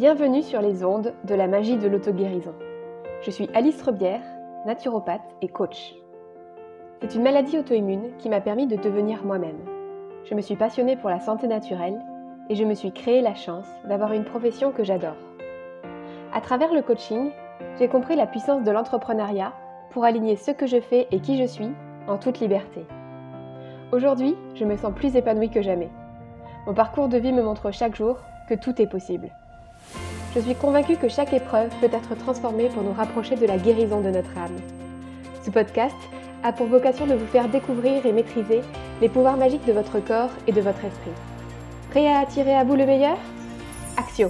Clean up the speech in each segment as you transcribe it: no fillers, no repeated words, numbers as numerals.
Bienvenue sur les ondes de la magie de l'auto-guérison. Je suis Alice Rebière, naturopathe et coach. C'est une maladie auto-immune qui m'a permis de devenir moi-même. Je me suis passionnée pour la santé naturelle et je me suis créé la chance d'avoir une profession que j'adore. À travers le coaching, j'ai compris la puissance de l'entrepreneuriat pour aligner ce que je fais et qui je suis en toute liberté. Aujourd'hui, je me sens plus épanouie que jamais. Mon parcours de vie me montre chaque jour que tout est possible. Je suis convaincue que chaque épreuve peut être transformée pour nous rapprocher de la guérison de notre âme. Ce podcast a pour vocation de vous faire découvrir et maîtriser les pouvoirs magiques de votre corps et de votre esprit. Prêt à attirer à vous le meilleur ? Axio!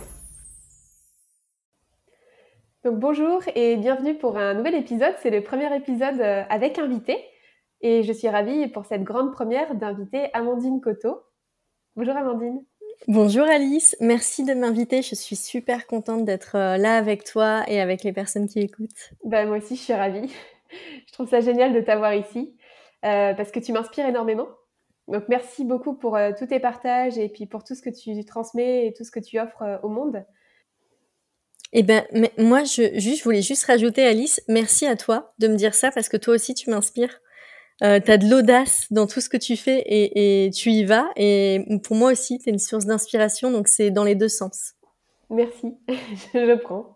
Donc bonjour et bienvenue pour un nouvel épisode. C'est le premier épisode avec invité. Et je suis ravie pour cette grande première d'inviter Amandine Coteau. Bonjour Amandine. Bonjour Alice, merci de m'inviter. Je suis super contente d'être là avec toi et avec les personnes qui écoutent. Moi aussi, je suis ravie. Je trouve ça génial de t'avoir ici parce que tu m'inspires énormément. Donc, merci beaucoup pour tous tes partages et puis pour tout ce que tu transmets et tout ce que tu offres au monde. Moi, je voulais juste rajouter, Alice, merci à toi de me dire ça parce que toi aussi, tu m'inspires. T'as de l'audace dans tout ce que tu fais et tu y vas. Et pour moi aussi, t'es une source d'inspiration, donc c'est dans les deux sens. Merci, je prends.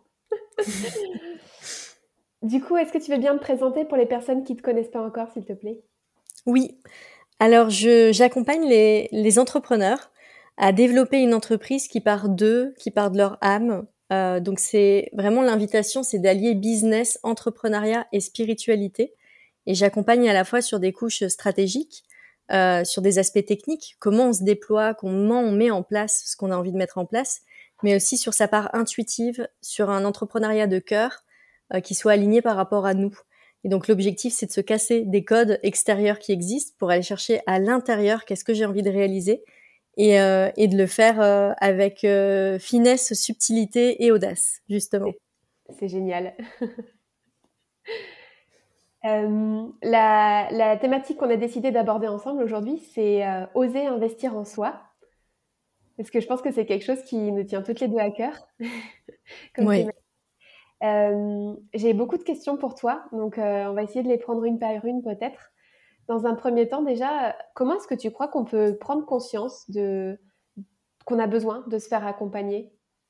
Du coup, est-ce que tu veux bien me présenter pour les personnes qui ne te connaissent pas encore, s'il te plaît ? Oui, alors j'accompagne les entrepreneurs à développer une entreprise qui part d'eux, qui part de leur âme. Donc c'est vraiment l'invitation, c'est d'allier business, entrepreneuriat et spiritualité. Et j'accompagne à la fois sur des couches stratégiques, sur des aspects techniques, comment on se déploie, comment on met en place ce qu'on a envie de mettre en place, mais aussi sur sa part intuitive, sur un entrepreneuriat de cœur qui soit aligné par rapport à nous. Et donc l'objectif, c'est de se casser des codes extérieurs qui existent pour aller chercher à l'intérieur qu'est-ce que j'ai envie de réaliser et de le faire avec finesse, subtilité et audace, justement. C'est génial. La thématique qu'on a décidé d'aborder ensemble aujourd'hui, c'est oser investir en soi. Parce que je pense que c'est quelque chose qui nous tient toutes les deux à cœur. Comme Oui. J'ai beaucoup de questions pour toi, donc on va essayer de les prendre une par une peut-être. Dans un premier temps déjà, comment est-ce que tu crois qu'on peut prendre conscience qu'on a besoin de se faire accompagner ?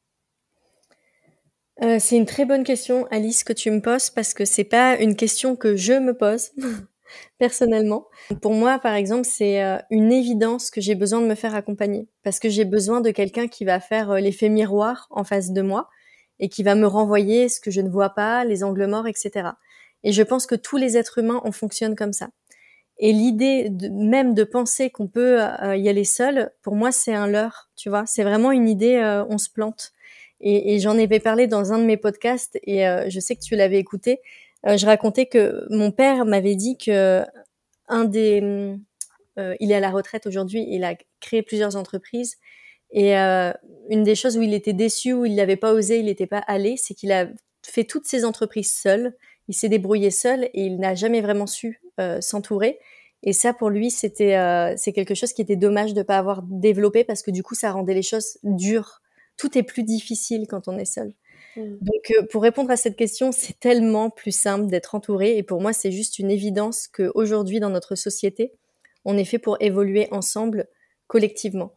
C'est une très bonne question, Alice, que tu me poses parce que c'est pas une question que je me pose personnellement. Pour moi, par exemple, c'est une évidence que j'ai besoin de me faire accompagner parce que j'ai besoin de quelqu'un qui va faire l'effet miroir en face de moi et qui va me renvoyer ce que je ne vois pas, les angles morts, etc. Et je pense que tous les êtres humains, on fonctionne comme ça. Et l'idée même de penser qu'on peut y aller seul, pour moi, c'est un leurre, tu vois. C'est vraiment une idée, on se plante. Et j'en avais parlé dans un de mes podcasts et je sais que tu l'avais écouté. Je racontais que mon père m'avait dit que il est à la retraite aujourd'hui, il a créé plusieurs entreprises et une des choses où il était déçu, où il n'avait pas osé, il n'était pas allé, c'est qu'il a fait toutes ses entreprises seul, il s'est débrouillé seul et il n'a jamais vraiment su s'entourer. Et ça, pour lui, c'est quelque chose qui était dommage de pas avoir développé parce que du coup, ça rendait les choses dures. Tout est plus difficile quand on est seul. Donc, pour répondre à cette question, c'est tellement plus simple d'être entouré. Et pour moi, c'est juste une évidence qu'aujourd'hui, dans notre société, on est fait pour évoluer ensemble, collectivement.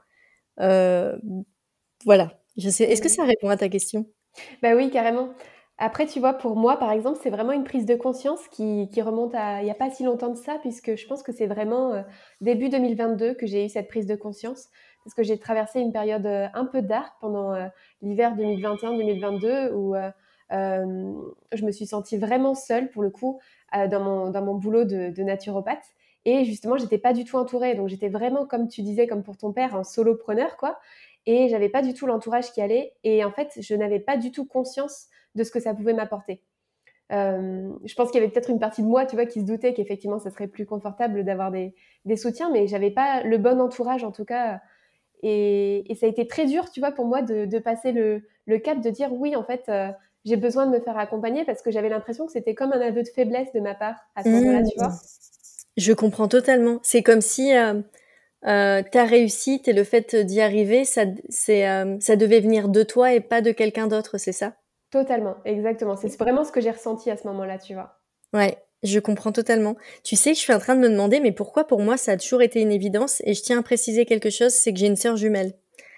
Voilà. Je sais. Est-ce que ça répond à ta question ? Bah oui, carrément. Après, tu vois, pour moi, par exemple, c'est vraiment une prise de conscience qui remonte à il n'y a pas si longtemps de ça, puisque je pense que c'est vraiment début 2022 que j'ai eu cette prise de conscience, parce que j'ai traversé une période un peu dark pendant l'hiver 2021-2022, où je me suis sentie vraiment seule, pour le coup, dans mon boulot de naturopathe. Et justement, j'étais pas du tout entourée. Donc, j'étais vraiment, comme tu disais, comme pour ton père, un solopreneur, quoi. Et j'avais pas du tout l'entourage qui allait. Et en fait, je n'avais pas du tout conscience de ce que ça pouvait m'apporter. Je pense qu'il y avait peut-être une partie de moi, tu vois, qui se doutait qu'effectivement, ça serait plus confortable d'avoir des soutiens, mais j'avais pas le bon entourage, en tout cas. Et ça a été très dur, tu vois, pour moi de passer le cap de dire oui, en fait, j'ai besoin de me faire accompagner parce que j'avais l'impression que c'était comme un aveu de faiblesse de ma part à ce moment-là, tu vois. Je comprends totalement. C'est comme si ta réussite et le fait d'y arriver, ça devait venir de toi et pas de quelqu'un d'autre, c'est ça? Totalement, exactement. C'est vraiment ce que j'ai ressenti à ce moment-là, tu vois? Ouais, je comprends totalement. Tu sais, je suis en train de me demander, mais pourquoi pour moi ça a toujours été une évidence et je tiens à préciser quelque chose, c'est que j'ai une sœur jumelle.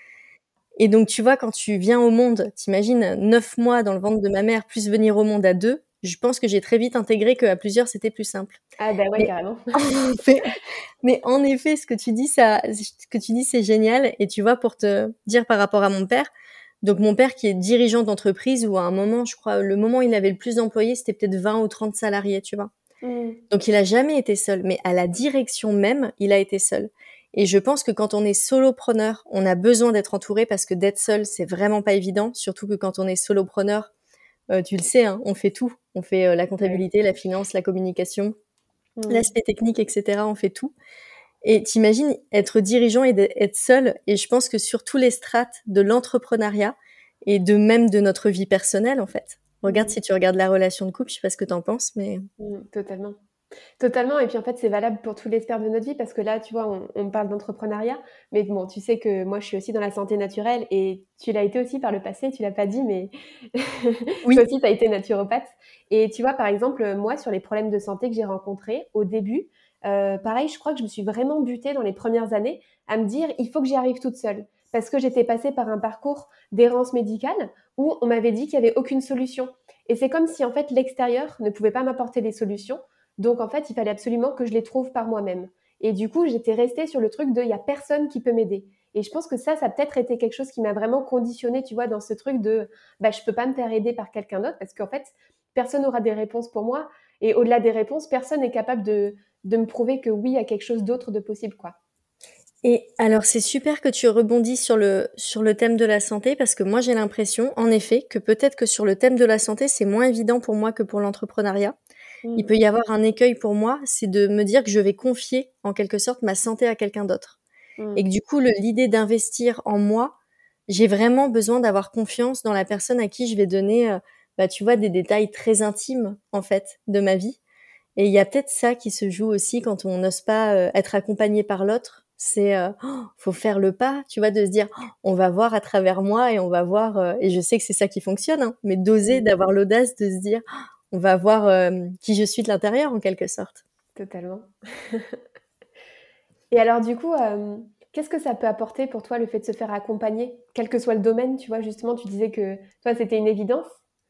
Et donc tu vois, quand tu viens au monde, t'imagines 9 mois dans le ventre de ma mère plus venir au monde à 2, je pense que j'ai très vite intégré qu'à plusieurs c'était plus simple. Ah bah ouais, Mais carrément. mais mais en effet, ce que tu dis, c'est génial. Et tu vois, pour te dire par rapport à mon père, donc mon père qui est dirigeant d'entreprise, où à un moment, je crois, le moment où il avait le plus d'employés, c'était peut-être 20 ou 30 salariés, tu vois. Mmh. Donc il a jamais été seul, mais à la direction même, il a été seul. Et je pense que quand on est solopreneur, on a besoin d'être entouré parce que d'être seul, c'est vraiment pas évident. Surtout que quand on est solopreneur, tu le sais, hein, on fait tout. On fait la Ouais. comptabilité, la finance, la communication, Mmh. l'aspect technique, etc. On fait tout. Et t'imagines être dirigeant et être seul. Et je pense que sur tous les strates de l'entrepreneuriat et de même de notre vie personnelle, en fait. Regarde, Mmh. si tu regardes la relation de couple, je sais pas ce que t'en penses, mais Totalement. Totalement et puis, en fait, c'est valable pour tous les sphères de notre vie parce que là, tu vois, on parle d'entrepreneuriat, mais bon, tu sais que moi, je suis aussi dans la santé naturelle et tu l'as été aussi par le passé, tu l'as pas dit, mais toi oui, aussi, tu as été naturopathe et tu vois, par exemple, moi, sur les problèmes de santé que j'ai rencontrés au début, pareil, je crois que je me suis vraiment butée dans les premières années à me dire: «Il faut que j'y arrive toute seule». Parce que j'étais passée par un parcours d'errance médicale où on m'avait dit qu'il y avait aucune solution et c'est comme si, en fait, l'extérieur ne pouvait pas m'apporter les solutions donc en fait, il fallait absolument que je les trouve par moi-même. Et du coup, j'étais restée sur le truc de il y a personne qui peut m'aider. Et je pense que ça a peut-être été quelque chose qui m'a vraiment conditionnée, tu vois, dans ce truc de bah, je peux pas me faire aider par quelqu'un d'autre parce qu'en fait, personne n'aura des réponses pour moi. Et au-delà des réponses, personne n'est capable de me prouver que oui, il y a quelque chose d'autre de possible, quoi. et alors c'est super que tu rebondis sur le thème de la santé parce que moi j'ai l'impression, en effet, que peut-être que sur le thème de la santé, c'est moins évident pour moi que pour l'entrepreneuriat. Il Mm, peut y avoir un écueil pour moi, c'est de me dire que je vais confier, en quelque sorte, ma santé à quelqu'un d'autre. Et mm, que du coup, l'idée d'investir en moi, j'ai vraiment besoin d'avoir confiance dans la personne à qui je vais donner, bah, tu vois, des détails très intimes, en fait, de ma vie. Et il y a peut-être ça qui se joue aussi quand on n'ose pas être accompagné par l'autre. C'est, faut faire le pas, tu vois, de se dire, on va voir à travers moi et on va voir. Et je sais que c'est ça qui fonctionne, hein, mais d'oser, mm, d'avoir l'audace de se dire, on va voir qui je suis de l'intérieur en quelque sorte. totalement. Et alors du coup, qu'est-ce que ça peut apporter pour toi le fait de se faire accompagner, quel que soit le domaine, tu vois? Justement, tu disais que toi, c'était une évidence.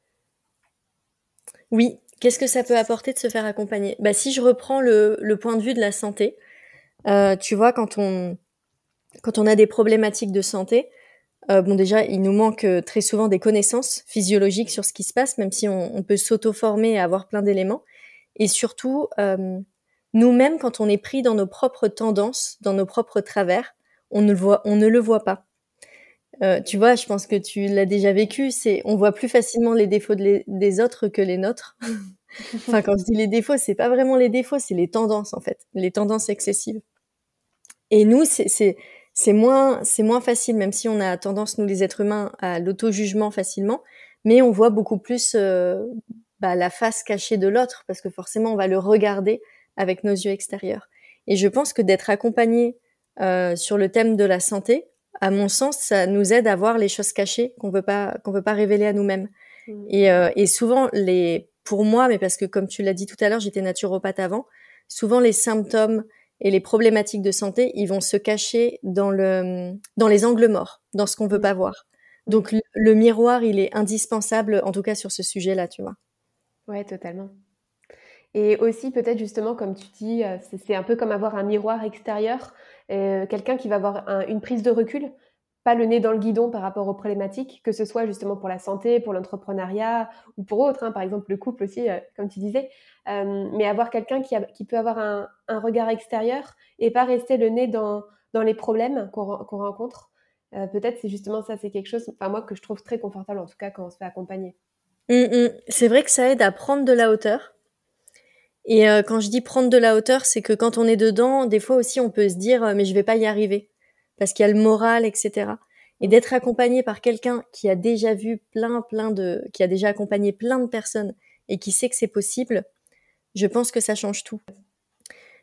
Oui, qu'est-ce que ça peut apporter de se faire accompagner? Bah, si je reprends le point de vue de la santé, tu vois, quand on a des problématiques de santé, bon déjà, il nous manque très souvent des connaissances physiologiques sur ce qui se passe, même si on peut s'auto-former et avoir plein d'éléments. Et surtout, nous-mêmes, quand on est pris dans nos propres tendances, dans nos propres travers, on ne le voit pas. Tu vois, je pense que tu l'as déjà vécu, c'est on voit plus facilement les défauts des autres que les nôtres. Enfin, quand je dis les défauts, c'est pas vraiment les défauts, c'est les tendances en fait, les tendances excessives. Et nous, c'est moins facile, même si on a tendance, nous les êtres humains, à l'auto-jugement facilement, mais on voit beaucoup plus bah, la face cachée de l'autre, parce que forcément, on va le regarder avec nos yeux extérieurs. Et je pense que d'être accompagné sur le thème de la santé, à mon sens, ça nous aide à voir les choses cachées qu'on veut pas révéler à nous-mêmes. Mmh. Et souvent, pour moi, mais parce que comme tu l'as dit tout à l'heure, j'étais naturopathe avant, souvent les symptômes et les problématiques de santé, ils vont se cacher dans les angles morts, dans ce qu'on veut Mmh. pas voir. Mmh. Donc le miroir, il est indispensable, en tout cas sur ce sujet-là, tu vois. Ouais, totalement. Et aussi peut-être justement comme tu dis, c'est un peu comme avoir un miroir extérieur, quelqu'un qui va avoir une prise de recul, pas le nez dans le guidon par rapport aux problématiques, que ce soit justement pour la santé, pour l'entrepreneuriat ou pour autre, hein, par exemple le couple aussi, comme tu disais. Mais avoir quelqu'un qui peut avoir un regard extérieur et pas rester le nez dans les problèmes qu'on rencontre. Peut-être c'est justement ça, c'est quelque chose, enfin moi que je trouve très confortable en tout cas quand on se fait accompagner. C'est vrai que ça aide à prendre de la hauteur. Et quand je dis prendre de la hauteur, c'est que quand on est dedans, des fois aussi, on peut se dire mais je vais pas y arriver parce qu'il y a le moral, etc. Et Mmh. d'être accompagné par quelqu'un qui a déjà vu qui a déjà accompagné plein de personnes et qui sait que c'est possible, je pense que ça change tout.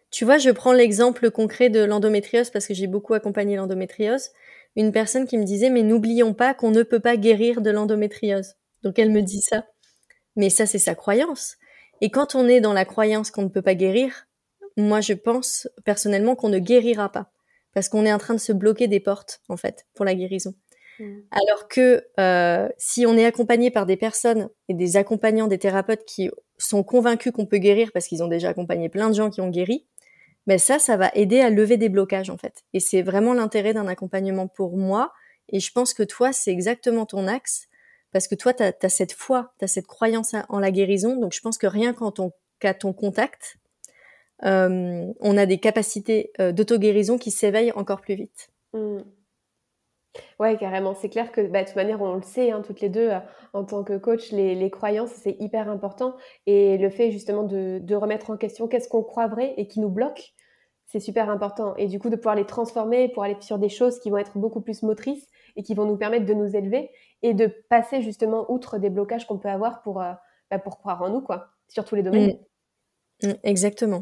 Tu vois, je prends l'exemple concret de l'endométriose parce que j'ai beaucoup accompagné l'endométriose. Une personne qui me disait, mais n'oublions pas qu'on ne peut pas guérir de l'endométriose. Donc elle me dit ça. Mais ça, c'est sa croyance. Et quand on est dans la croyance qu'on ne peut pas guérir, moi, je pense personnellement qu'on ne guérira pas. Parce qu'on est en train de se bloquer des portes, en fait, pour la guérison. Mmh. Alors que si on est accompagné par des personnes et des accompagnants, des thérapeutes qui sont convaincus qu'on peut guérir parce qu'ils ont déjà accompagné plein de gens qui ont guéri, ben ça va aider à lever des blocages en fait. Et c'est vraiment l'intérêt d'un accompagnement pour moi. Et je pense que toi, c'est exactement ton axe parce que toi, tu as cette foi, tu as cette croyance en la guérison. Donc je pense que rien qu'à ton contact, on a des capacités d'auto-guérison qui s'éveillent encore plus vite. Mmh. Ouais, carrément. C'est clair que, bah, de toute manière, on le sait, hein, toutes les 2, en tant que coach, les croyances, c'est hyper important et le fait justement de remettre en question qu'est-ce qu'on croit vrai et qui nous bloque, c'est super important et du coup, de pouvoir les transformer pour aller sur des choses qui vont être beaucoup plus motrices et qui vont nous permettre de nous élever et de passer justement outre des blocages qu'on peut avoir pour croire en nous, quoi, sur tous les domaines. Mm, exactement.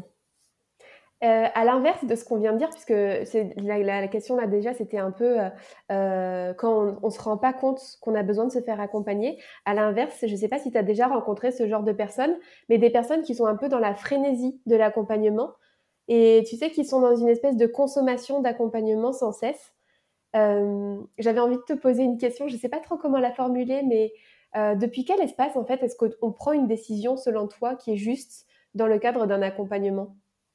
À l'inverse de ce qu'on vient de dire, puisque c'est la question là déjà, c'était un peu, quand on se rend pas compte qu'on a besoin de se faire accompagner. À l'inverse, je sais pas si tu as déjà rencontré ce genre de personnes, mais des personnes qui sont un peu dans la frénésie de l'accompagnement et tu sais, qui sont dans une espèce de consommation d'accompagnement sans cesse. J'avais envie de te poser une question, je sais pas trop comment la formuler, mais, depuis quel espace, en fait, est-ce qu'on prend une décision, selon toi, qui est juste dans le cadre d'un accompagnement?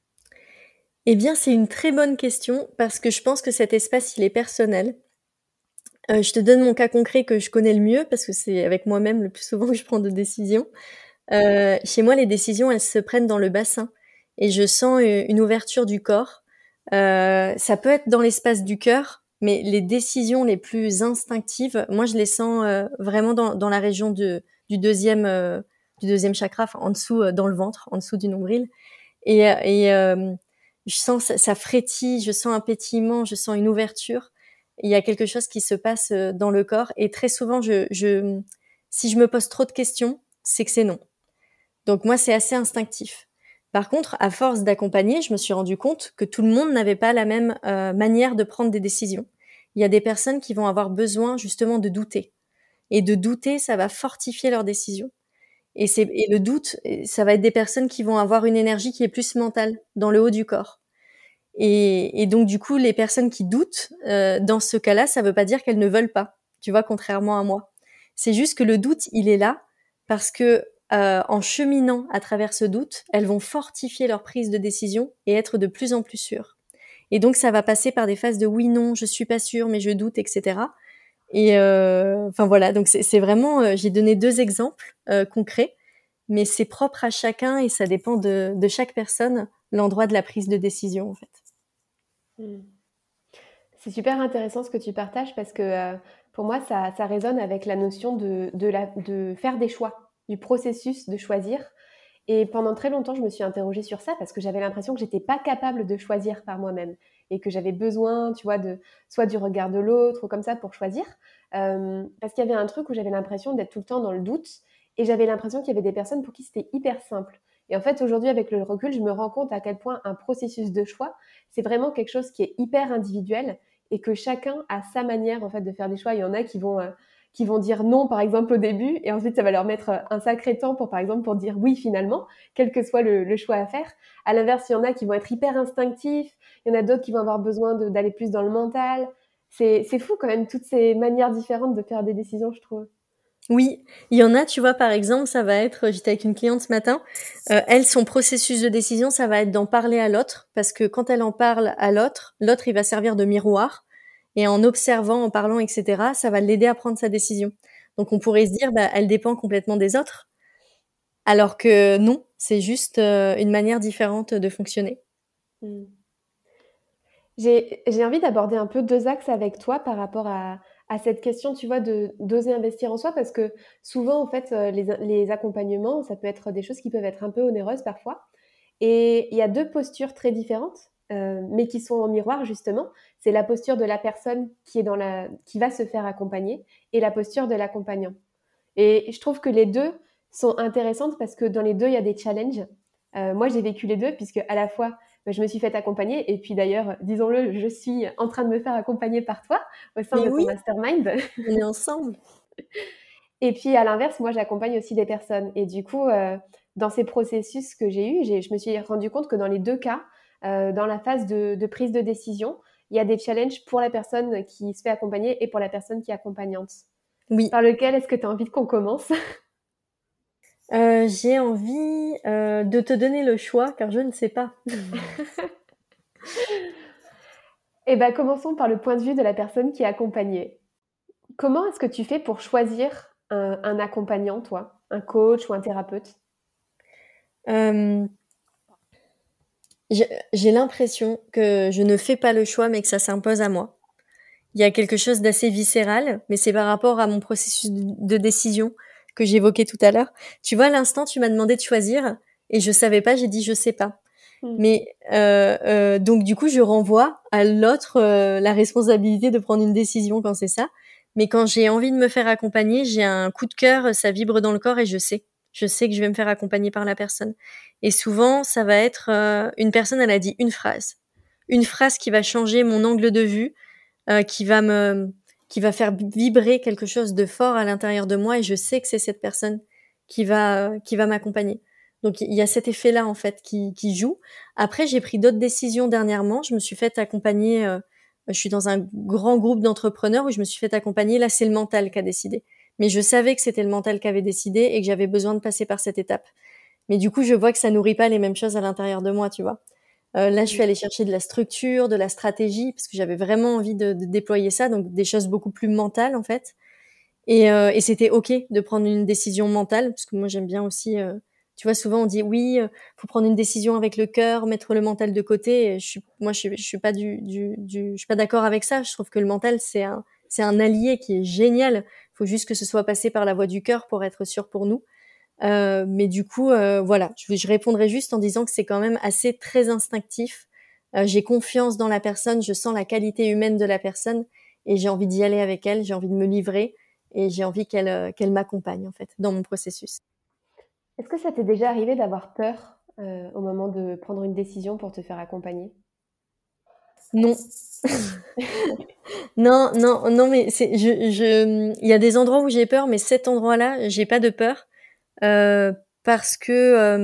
Eh bien, c'est une très bonne question parce que je pense que cet espace, il est personnel. Je te donne mon cas concret que je connais le mieux parce que c'est avec moi-même le plus souvent que je prends de décisions. Chez moi, les décisions, elles se prennent dans le bassin et je sens une ouverture du corps. Ça peut être dans l'espace du cœur, mais les décisions les plus instinctives, moi, je les sens vraiment dans la région du deuxième chakra, enfin, en dessous, dans le ventre, en dessous du nombril. Et je sens ça frétille, je sens un pétillement, je sens une ouverture. Il y a quelque chose qui se passe dans le corps et très souvent, si je me pose trop de questions, c'est que c'est non. Donc moi, c'est assez instinctif. Par contre, à force d'accompagner, je me suis rendu compte que tout le monde n'avait pas la même manière de prendre des décisions. Il y a des personnes qui vont avoir besoin justement de douter. Et de douter, ça va fortifier leurs décisions. Et le doute, ça va être des personnes qui vont avoir une énergie qui est plus mentale, dans le haut du corps. Et donc du coup, les personnes qui doutent, dans ce cas-là, ça veut pas dire qu'elles ne veulent pas. Tu vois, contrairement à moi. C'est juste que le doute, il est là parce que en cheminant à travers ce doute, elles vont fortifier leur prise de décision et être de plus en plus sûres. Et donc ça va passer par des phases de oui, non, je suis pas sûre, mais je doute, etc. Et enfin voilà, donc c'est vraiment, j'ai donné 2 exemples concrets, mais c'est propre à chacun et ça dépend de chaque personne, l'endroit de la prise de décision en fait. Mmh. C'est super intéressant ce que tu partages parce que, pour moi, ça résonne avec la notion de faire des choix, du processus de choisir et pendant très longtemps, je me suis interrogée sur ça parce que j'avais l'impression que j'étais pas capable de choisir par moi-même et que j'avais besoin, tu vois, de soit du regard de l'autre ou comme ça pour choisir. Parce qu'il y avait un truc où j'avais l'impression d'être tout le temps dans le doute et j'avais l'impression qu'il y avait des personnes pour qui c'était hyper simple. Et en fait, aujourd'hui, avec le recul, je me rends compte à quel point un processus de choix, c'est vraiment quelque chose qui est hyper individuel et que chacun a sa manière, en fait, de faire des choix. Il y en a qui vont dire non, par exemple, au début, et ensuite, ça va leur mettre un sacré temps pour, par exemple, pour dire oui, finalement, quel que soit le choix à faire. À l'inverse, il y en a qui vont être hyper instinctifs, il y en a d'autres qui vont avoir besoin d'aller plus dans le mental. C'est fou quand même, toutes ces manières différentes de faire des décisions, je trouve. Oui, il y en a, tu vois, par exemple, ça va être, j'étais avec une cliente ce matin, elle, son processus de décision, ça va être d'en parler à l'autre, parce que quand elle en parle à l'autre, l'autre, il va servir de miroir, et en observant, en parlant, etc., ça va l'aider à prendre sa décision. Donc on pourrait se dire, bah, elle dépend complètement des autres, alors que non, c'est juste une manière différente de fonctionner. Mm. J'ai envie d'aborder un peu deux axes avec toi par rapport à cette question, tu vois, d'oser investir en soi, parce que souvent, en fait, les accompagnements, ça peut être des choses qui peuvent être un peu onéreuses parfois. Et il y a 2 postures très différentes, mais qui sont en miroir justement. C'est la posture de la personne qui va se faire accompagner et la posture de l'accompagnant. Et je trouve que les 2 sont intéressantes parce que dans les 2 il y a des challenges. Moi, j'ai vécu les 2 puisque à la fois bah, je me suis fait accompagner. Et puis d'ailleurs, disons-le, je suis en train de me faire accompagner par toi au sein Mais de ton oui, mastermind. on est ensemble. Et puis à l'inverse, moi, j'accompagne aussi des personnes. Et du coup, dans ces processus que j'ai eus, je me suis rendu compte que dans les deux cas, dans la phase de prise de décision, il y a des challenges pour la personne qui se fait accompagner et pour la personne qui est accompagnante. Oui, Par lequel est-ce que tu as envie qu'on commence? j'ai envie de te donner le choix car je ne sais pas. Eh ben, commençons par le point de vue de la personne qui est accompagnée. Comment est-ce que tu fais pour choisir un accompagnant, toi? Un coach ou un thérapeute? Euh, j'ai l'impression que je ne fais pas le choix, mais que ça s'impose à moi. Il y a quelque chose d'assez viscéral, mais c'est par rapport à mon processus de décision que j'évoquais tout à l'heure. Tu vois, à l'instant, tu m'as demandé de choisir et je savais pas, j'ai dit je sais pas. Mmh. Mais donc du coup, je renvoie à l'autre la responsabilité de prendre une décision quand c'est ça. Mais quand j'ai envie de me faire accompagner, j'ai un coup de cœur, ça vibre dans le corps et je sais. Je sais que je vais me faire accompagner par la personne. Et souvent, ça va être une personne, elle a dit une phrase qui va changer mon angle de vue, qui va qui va faire vibrer quelque chose de fort à l'intérieur de moi et je sais que c'est cette personne qui va m'accompagner. Donc il y a cet effet-là en fait qui joue. Après j'ai pris d'autres décisions dernièrement. Je me suis fait accompagner. Je suis dans un grand groupe d'entrepreneurs où je me suis fait accompagner. Là c'est le mental qui a décidé. Mais je savais que c'était le mental qui avait décidé et que j'avais besoin de passer par cette étape. Mais du coup je vois que ça nourrit pas les mêmes choses à l'intérieur de moi, tu vois. Là, je suis Mmh. allée chercher de la structure, de la stratégie, parce que j'avais vraiment envie de déployer ça, donc des choses beaucoup plus mentales en fait. Et c'était ok de prendre une décision mentale, parce que moi j'aime bien aussi. Tu vois, souvent on dit oui, faut prendre une décision avec le cœur, mettre le mental de côté. Et je suis pas je suis pas d'accord avec ça. Je trouve que le mental c'est un allié qui est génial. Il faut juste que ce soit passé par la voie du cœur pour être sûr pour nous. Mais du coup, voilà, je répondrai juste en disant que c'est quand même assez très instinctif. J'ai confiance dans la personne, je sens la qualité humaine de la personne et j'ai envie d'y aller avec elle, j'ai envie de me livrer et j'ai envie qu'elle m'accompagne en fait dans mon processus. Est-ce que ça t'est déjà arrivé d'avoir peur, au moment de prendre une décision pour te faire accompagner? Non, non, non, non, mais il y a des endroits où j'ai peur, mais cet endroit-là, j'ai pas de peur euh, parce que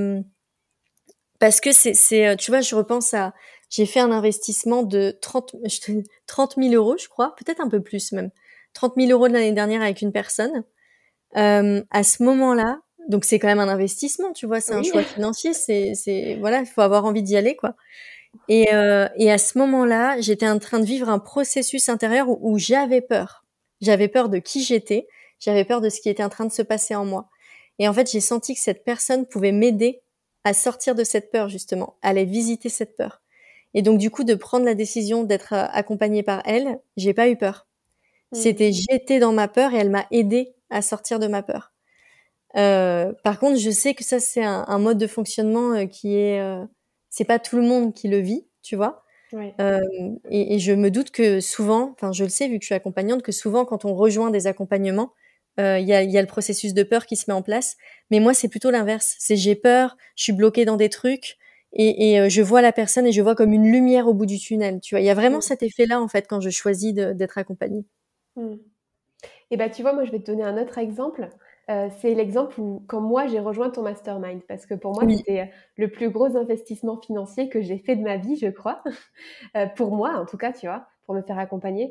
tu vois, je repense à, j'ai fait un investissement de 30 000 euros, je crois, peut-être un peu plus même, 30 000 euros de l'année dernière avec une personne. À ce moment-là, donc c'est quand même un investissement, tu vois, c'est un Oui. choix financier, voilà, il faut avoir envie d'y aller, quoi. Et à ce moment-là, j'étais en train de vivre un processus intérieur où j'avais peur. J'avais peur de qui j'étais, j'avais peur de ce qui était en train de se passer en moi. Et en fait, j'ai senti que cette personne pouvait m'aider à sortir de cette peur, justement, à aller visiter cette peur. Et donc, du coup, de prendre la décision d'être accompagnée par elle, j'ai pas eu peur. Mmh. J'étais dans ma peur et elle m'a aidée à sortir de ma peur. Par contre, je sais que ça, c'est un mode de fonctionnement c'est pas tout le monde qui le vit, tu vois. Ouais. Euh, et je me doute que souvent, enfin, je le sais vu que je suis accompagnante, que souvent, quand on rejoint des accompagnements, il y a le processus de peur qui se met en place. Mais moi, c'est plutôt l'inverse. C'est j'ai peur, je suis bloquée dans des trucs et je vois la personne et je vois comme une lumière au bout du tunnel. Tu vois, il y a vraiment Mmh. cet effet-là en fait quand je choisis d'être accompagnée. Mmh. Et bah, tu vois, moi, je vais te donner un autre exemple. C'est l'exemple où quand moi, j'ai rejoint ton mastermind parce que pour moi, Oui. c'était, le plus gros investissement financier que j'ai fait de ma vie, je crois. Pour moi, en tout cas, tu vois? Pour me faire accompagner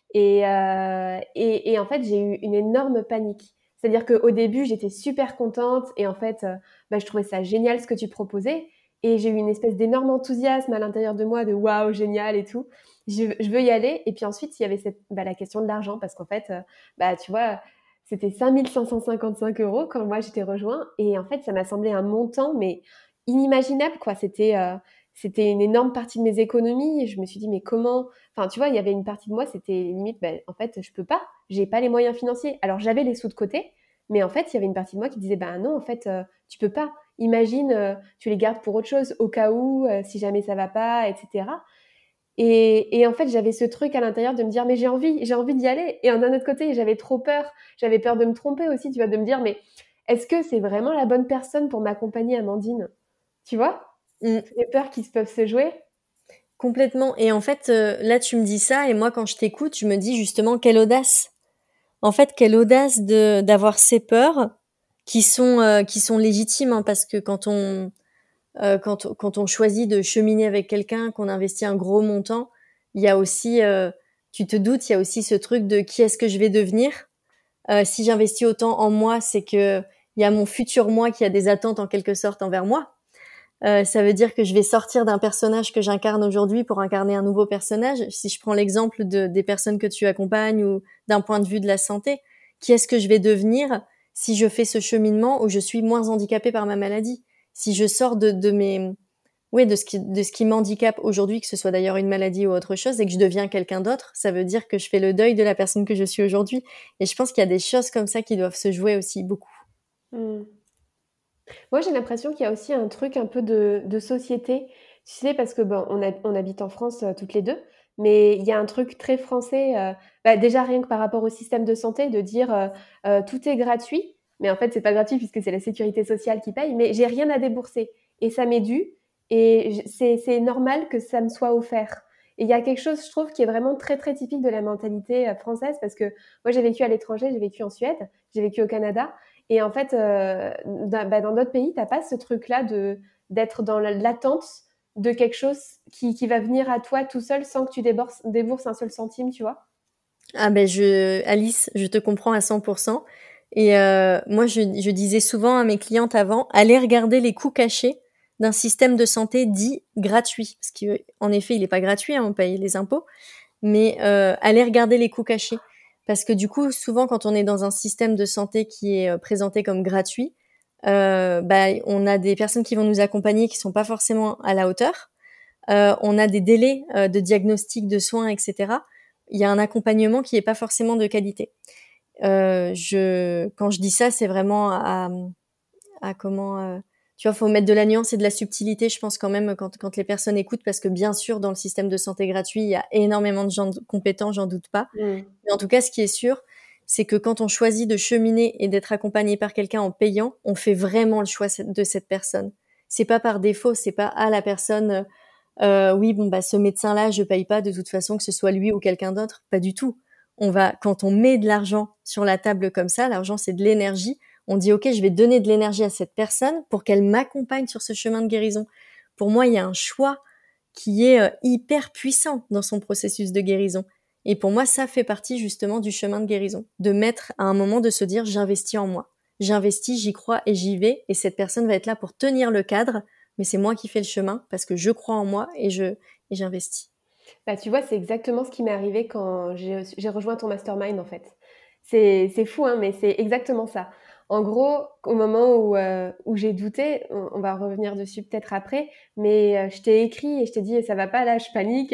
et en fait, j'ai eu une énorme panique. C'est-à-dire qu'au début, j'étais super contente et en fait, bah, je trouvais ça génial ce que tu proposais et j'ai eu une espèce d'énorme enthousiasme à l'intérieur de moi de: «Waouh, génial et tout. Je veux y aller» et puis ensuite, il y avait la question de l'argent parce qu'en fait, bah, tu vois, c'était 5 555 € quand moi j'étais rejoint et en fait, ça m'a semblé un montant mais inimaginable quoi. C'était une énorme partie de mes économies et je me suis dit: «Mais comment?» Enfin, tu vois, il y avait une partie de moi, c'était limite, bah, en fait, je peux pas, j'ai pas les moyens financiers. Alors j'avais les sous de côté, mais en fait, il y avait une partie de moi qui disait: «Bah non, en fait, tu peux pas. Imagine, tu les gardes pour autre chose, au cas où, si jamais ça va pas et cetera» et en fait, j'avais ce truc à l'intérieur de me dire: «Mais j'ai envie d'y aller» et d'un autre côté, j'avais trop peur. J'avais peur de me tromper aussi, tu vois? De me dire: «Mais est-ce que c'est vraiment la bonne personne pour m'accompagner, Amandine?» Tu vois? Mmh. C'est des peurs qui se peuvent se jouer. Complètement. Et en fait, là, tu me dis ça, et moi, quand je t'écoute, je me dis justement quelle audace. En fait, quelle audace de d'avoir ces peurs qui sont légitimes, hein, parce que quand on choisit de cheminer avec quelqu'un, qu'on investit un gros montant, il y a aussi, tu te doutes, il y a aussi ce truc de qui est-ce que je vais devenir. Si j'investis autant en moi, c'est que il y a mon futur moi qui a des attentes en quelque sorte envers moi. Ça veut dire que je vais sortir d'un personnage que j'incarne aujourd'hui pour incarner un nouveau personnage. Si je prends l'exemple des personnes que tu accompagnes ou d'un point de vue de la santé, qui est-ce que je vais devenir si je fais ce cheminement où je suis moins handicapée par ma maladie? Si je sors de mes, oui, de ce qui m'handicape aujourd'hui, que ce soit d'ailleurs une maladie ou autre chose, et que je deviens quelqu'un d'autre, ça veut dire que je fais le deuil de la personne que je suis aujourd'hui. Et je pense qu'il y a des choses comme ça qui doivent se jouer aussi beaucoup. Mmh. Moi, j'ai l'impression qu'il y a aussi un truc un peu de société. Tu sais, parce que bon, on habite en France toutes les deux, mais il y a un truc très français, bah, déjà rien que par rapport au système de santé, de dire tout est gratuit, mais en fait, c'est pas gratuit puisque c'est la sécurité sociale qui paye, mais j'ai rien à débourser et ça m'est dû et c'est normal que ça me soit offert. Et il y a quelque chose, je trouve, qui est vraiment très très typique de la mentalité française parce que moi, j'ai vécu à l'étranger, j'ai vécu en Suède, j'ai vécu au Canada. Et en fait, dans d'autres pays, t'as pas ce truc-là d'être dans l'attente de quelque chose qui va venir à toi tout seul sans que tu débourses un seul centime, tu vois. Ah ben Alice, je te comprends à 100%. Et moi, je disais souvent à mes clientes avant, allez regarder les coûts cachés d'un système de santé dit gratuit, parce qu'en effet, il n'est pas gratuit, hein, on paye les impôts, mais allez regarder les coûts cachés, parce que du coup, souvent, quand on est dans un système de santé qui est présenté comme gratuit, bah, on a des personnes qui vont nous accompagner qui sont pas forcément à la hauteur. On a des délais de diagnostic, de soins, etc. Il y a un accompagnement qui est pas forcément de qualité. Quand je dis ça, c'est vraiment à comment, tu vois, faut mettre de la nuance et de la subtilité, je pense quand même quand les personnes écoutent, parce que bien sûr, dans le système de santé gratuit, il y a énormément de gens compétents, j'en doute pas. Mm. Mais en tout cas, ce qui est sûr, c'est que quand on choisit de cheminer et d'être accompagné par quelqu'un en payant, on fait vraiment le choix de cette personne. C'est pas par défaut, c'est pas la personne. Oui, bon bah ce médecin-là, je paye pas de toute façon, que ce soit lui ou quelqu'un d'autre, pas du tout. Quand on met de l'argent sur la table comme ça, l'argent c'est de l'énergie. On dit ok, je vais donner de l'énergie à cette personne pour qu'elle m'accompagne sur ce chemin de guérison. Pour moi, il y a un choix qui est hyper puissant dans son processus de guérison. Et pour moi, ça fait partie justement du chemin de guérison, de mettre à un moment de se dire j'investis en moi, j'investis, j'y crois et j'y vais. Et cette personne va être là pour tenir le cadre, mais c'est moi qui fais le chemin parce que je crois en moi et j'investis. Bah, tu vois, c'est exactement ce qui m'est arrivé quand j'ai rejoint ton mastermind, en fait. C'est fou, hein, mais c'est exactement ça. En gros, au moment où j'ai douté, on va revenir dessus peut-être après, mais je t'ai écrit et je t'ai dit, ça va pas là, je panique.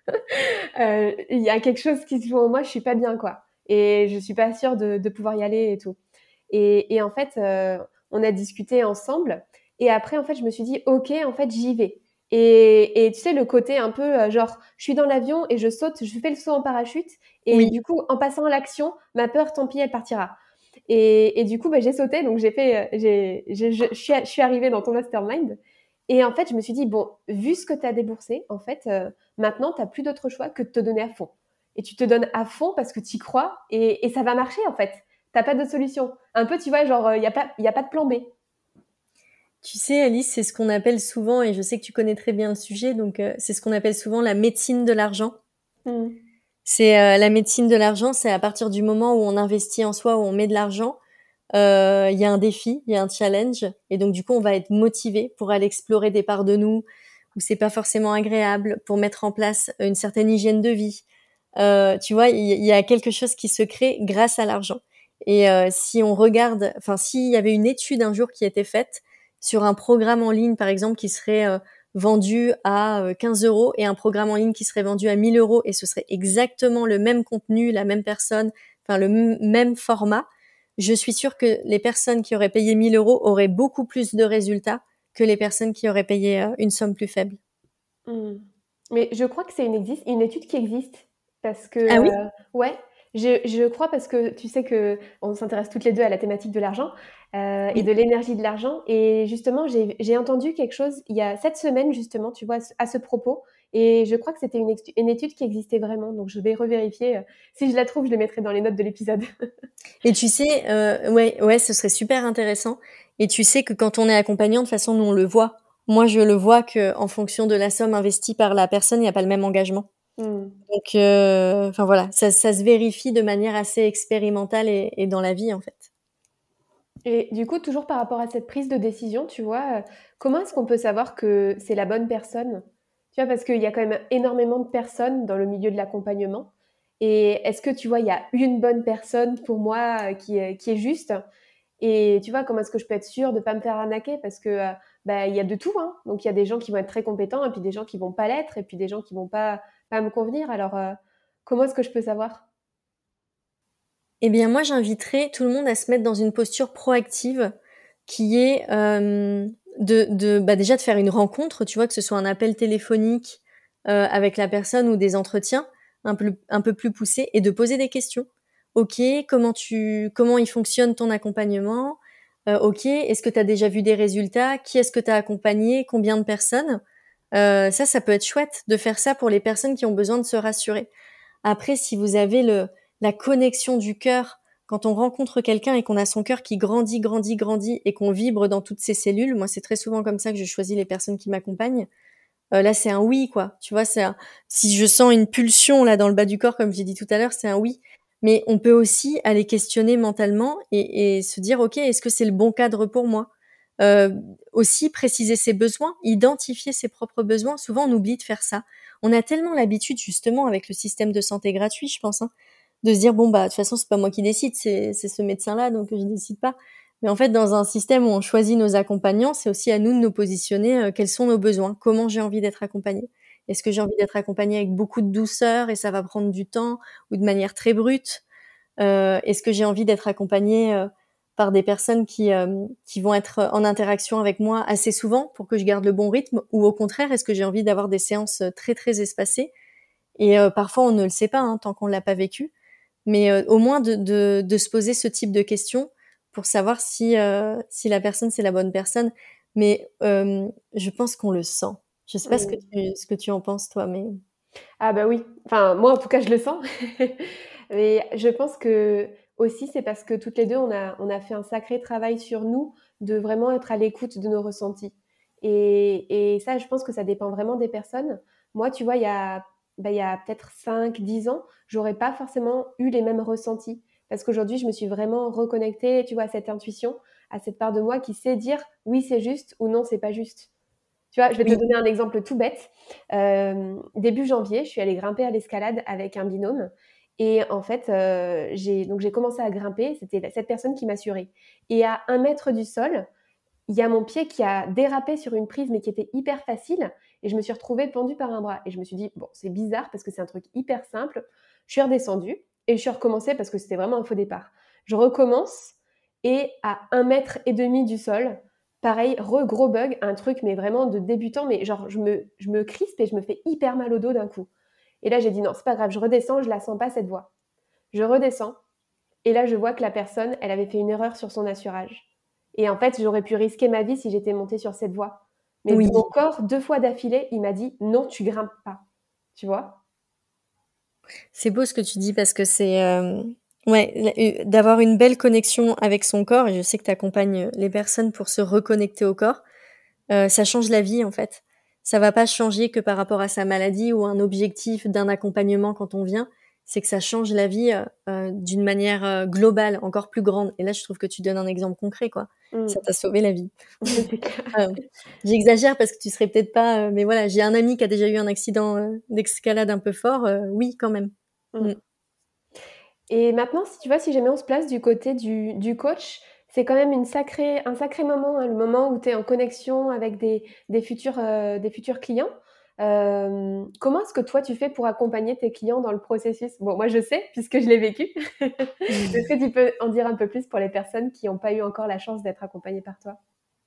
Il y a quelque chose qui se joue en moi, je suis pas bien, quoi. Et je suis pas sûre de pouvoir y aller et tout. Et en fait, on a discuté ensemble. Et après, en fait, je me suis dit, OK, en fait, j'y vais. Et tu sais, le côté un peu genre, je suis dans l'avion et je saute, je fais le saut en parachute. Et Oui, du coup, en passant à l'action, ma peur, tant pis, elle partira. Et du coup, bah, j'ai sauté, donc j'ai fait, je suis arrivée dans ton mastermind. Et en fait, je me suis dit, bon, vu ce que tu as déboursé, en fait, maintenant, tu n'as plus d'autre choix que de te donner à fond. Et tu te donnes à fond parce que tu y crois et ça va marcher, en fait. T'as pas d'autre solution. Un peu, tu vois, genre, il y a pas de plan B. tu sais, Alice, c'est ce qu'on appelle souvent, et je sais que tu connais très bien le sujet, donc c'est ce qu'on appelle souvent la médecine de l'argent. Mm. C'est la médecine de l'argent, c'est à partir du moment où on investit en soi, où on met de l'argent, il y a un défi, il y a un challenge, et donc du coup on va être motivé pour aller explorer des parts de nous où c'est pas forcément agréable, pour mettre en place une certaine hygiène de vie. Tu vois, il y a quelque chose qui se crée grâce à l'argent. Et si on regarde, enfin s'il y avait une étude un jour qui était faite sur un programme en ligne par exemple qui serait vendu à 15 euros et un programme en ligne qui serait vendu à 1000 euros, et ce serait exactement le même contenu, la même personne, enfin même format, je suis sûre que les personnes qui auraient payé 1000 euros auraient beaucoup plus de résultats que les personnes qui auraient payé une somme plus faible. Mm. Mais je crois que c'est une étude qui existe. Parce que, Ah oui? ouais. Je crois parce que tu sais qu'on s'intéresse toutes les 2 à la thématique de l'argent, et Oui. de l'énergie de l'argent et justement j'ai entendu quelque chose il y a cette semaine justement, tu vois? À ce propos et je crois que c'était une étude qui existait vraiment donc je vais revérifier, si je la trouve, je le mettrai dans les notes de l'épisode. Et tu sais, ouais, ce serait super intéressant. Et tu sais que quand on est accompagnant, de toute façon, nous, on le voit. Moi, je le vois que en fonction de la somme investie par la personne, il n'y a pas le même engagement. Mmh. Donc, enfin voilà, ça se vérifie de manière assez expérimentale et dans la vie, en fait. Et du coup, toujours par rapport à cette prise de décision, tu vois, comment est-ce qu'on peut savoir que c'est la bonne personne? Tu vois, parce qu'il y a quand même énormément de personnes dans le milieu de l'accompagnement. Et est-ce que tu vois, il y a une bonne personne pour moi qui est juste? Et tu vois, comment est-ce que je peux être sûre de ne pas me faire arnaquer? Parce que bah, il y a de tout, hein. Donc il y a des gens qui vont être très compétents et puis des gens qui vont pas l'être et puis des gens qui vont pas me convenir. Alors comment est-ce que je peux savoir? Eh bien, moi, j'inviterais tout le monde à se mettre dans une posture proactive qui est bah, déjà de faire une rencontre, tu vois, que ce soit un appel téléphonique avec la personne ou des entretiens un peu plus poussés et de poser des questions. Ok, comment il fonctionne ton accompagnement? Ok, est-ce que tu as déjà vu des résultats? Qui est-ce que tu as accompagné? Combien de personnes? Ça peut être chouette de faire ça pour les personnes qui ont besoin de se rassurer. Après, si vous avez la connexion du cœur, quand on rencontre quelqu'un et qu'on a son cœur qui grandit, grandit, grandit et qu'on vibre dans toutes ses cellules, moi c'est très souvent comme ça que je choisis les personnes qui m'accompagnent. Là c'est un oui quoi, tu vois, si je sens une pulsion là dans le bas du corps comme j'ai dit tout à l'heure, c'est un oui. Mais on peut aussi aller questionner mentalement et se dire ok, est-ce que c'est le bon cadre pour moi? euh, Aussi préciser ses besoins, identifier ses propres besoins. Souvent on oublie de faire ça. On a tellement l'habitude justement avec le système de santé gratuit, je pense, hein, de se dire bon bah de toute façon c'est pas moi qui décide, c'est ce médecin là donc je décide pas. Mais en fait dans un système où on choisit nos accompagnants, c'est aussi à nous de nous positionner quels sont nos besoins, comment j'ai envie d'être accompagnée. Est-ce que j'ai envie d'être accompagnée avec beaucoup de douceur et ça va prendre du temps ou de manière très brute? Est-ce que j'ai envie d'être accompagnée par des personnes qui vont être en interaction avec moi assez souvent pour que je garde le bon rythme ou au contraire est-ce que j'ai envie d'avoir des séances très très espacées et parfois on ne le sait pas hein, tant qu'on l'a pas vécu mais au moins de se poser ce type de questions pour savoir si la personne c'est la bonne personne. Mais je pense qu'on le sent. Je sais pas Mmh. ce que tu en penses toi, mais Ah bah oui, enfin moi en tout cas je le sens. Mais je pense que aussi c'est parce que toutes les 2 on a fait un sacré travail sur nous, de vraiment être à l'écoute de nos ressentis. Et ça je pense que ça dépend vraiment des personnes. Moi tu vois il y a peut-être 5, 10 ans, j'aurais pas forcément eu les mêmes ressentis. Parce qu'aujourd'hui je me suis vraiment reconnectée, tu vois, à cette intuition, à cette part de moi qui sait dire: «Oui c'est juste» ou «Non c'est pas juste». Tu vois, je vais te oui, donner un exemple tout bête. Début janvier, je suis allée grimper à l'escalade avec un binôme et en fait, j'ai commencé à grimper, c'était cette personne qui m'assurait et à 1 mètre du sol, il y a mon pied qui a dérapé sur une prise, mais qui était hyper facile et je me suis retrouvée pendue par un bras et je me suis dit: «Bon, c'est bizarre parce que c'est un truc hyper simple». Je suis redescendue et je suis recommencée parce que c'était vraiment un faux départ. Je recommence et à 1 mètre et demi du sol, pareil, gros bug, un truc mais vraiment de débutant, mais genre je me crispe et je me fais hyper mal au dos d'un coup et là j'ai dit: «Non, c'est pas grave, je redescends, je la sens pas cette voix». Je redescends et là, je vois que la personne, elle avait fait une erreur sur son assurage. Et en fait, j'aurais pu risquer ma vie si j'étais montée sur cette voie. Mais oui, mon corps, 2 fois d'affilée, il m'a dit: «Non, tu grimpes pas». Tu vois? c'est beau ce que tu dis parce que c'est ouais, d'avoir une belle connexion avec son corps et je sais que tu accompagnes les personnes pour se reconnecter au corps. Ça change la vie en fait. Ça va pas changer que par rapport à sa maladie ou un objectif d'un accompagnement quand on vient. C'est que ça change la vie d'une manière globale, encore plus grande. Et là, je trouve que tu donnes un exemple concret, quoi. Ça Mmh. t'a sauvé la vie. C'est clair. Euh, J'exagère parce que tu serais peut-être pas, mais voilà, j'ai un ami qui a déjà eu un accident d'escalade un peu fort. Oui, quand même. Mmh. Mm. Et maintenant, si tu vois, si jamais on se place du côté du coach, c'est quand même un sacré moment, hein, le moment où tu es en connexion avec des futurs clients. Comment est-ce que toi, tu fais pour accompagner tes clients dans le processus? Bon, moi, je sais puisque je l'ai vécu. Est-ce que tu peux en dire un peu plus pour les personnes qui n'ont pas eu encore la chance d'être accompagnées par toi?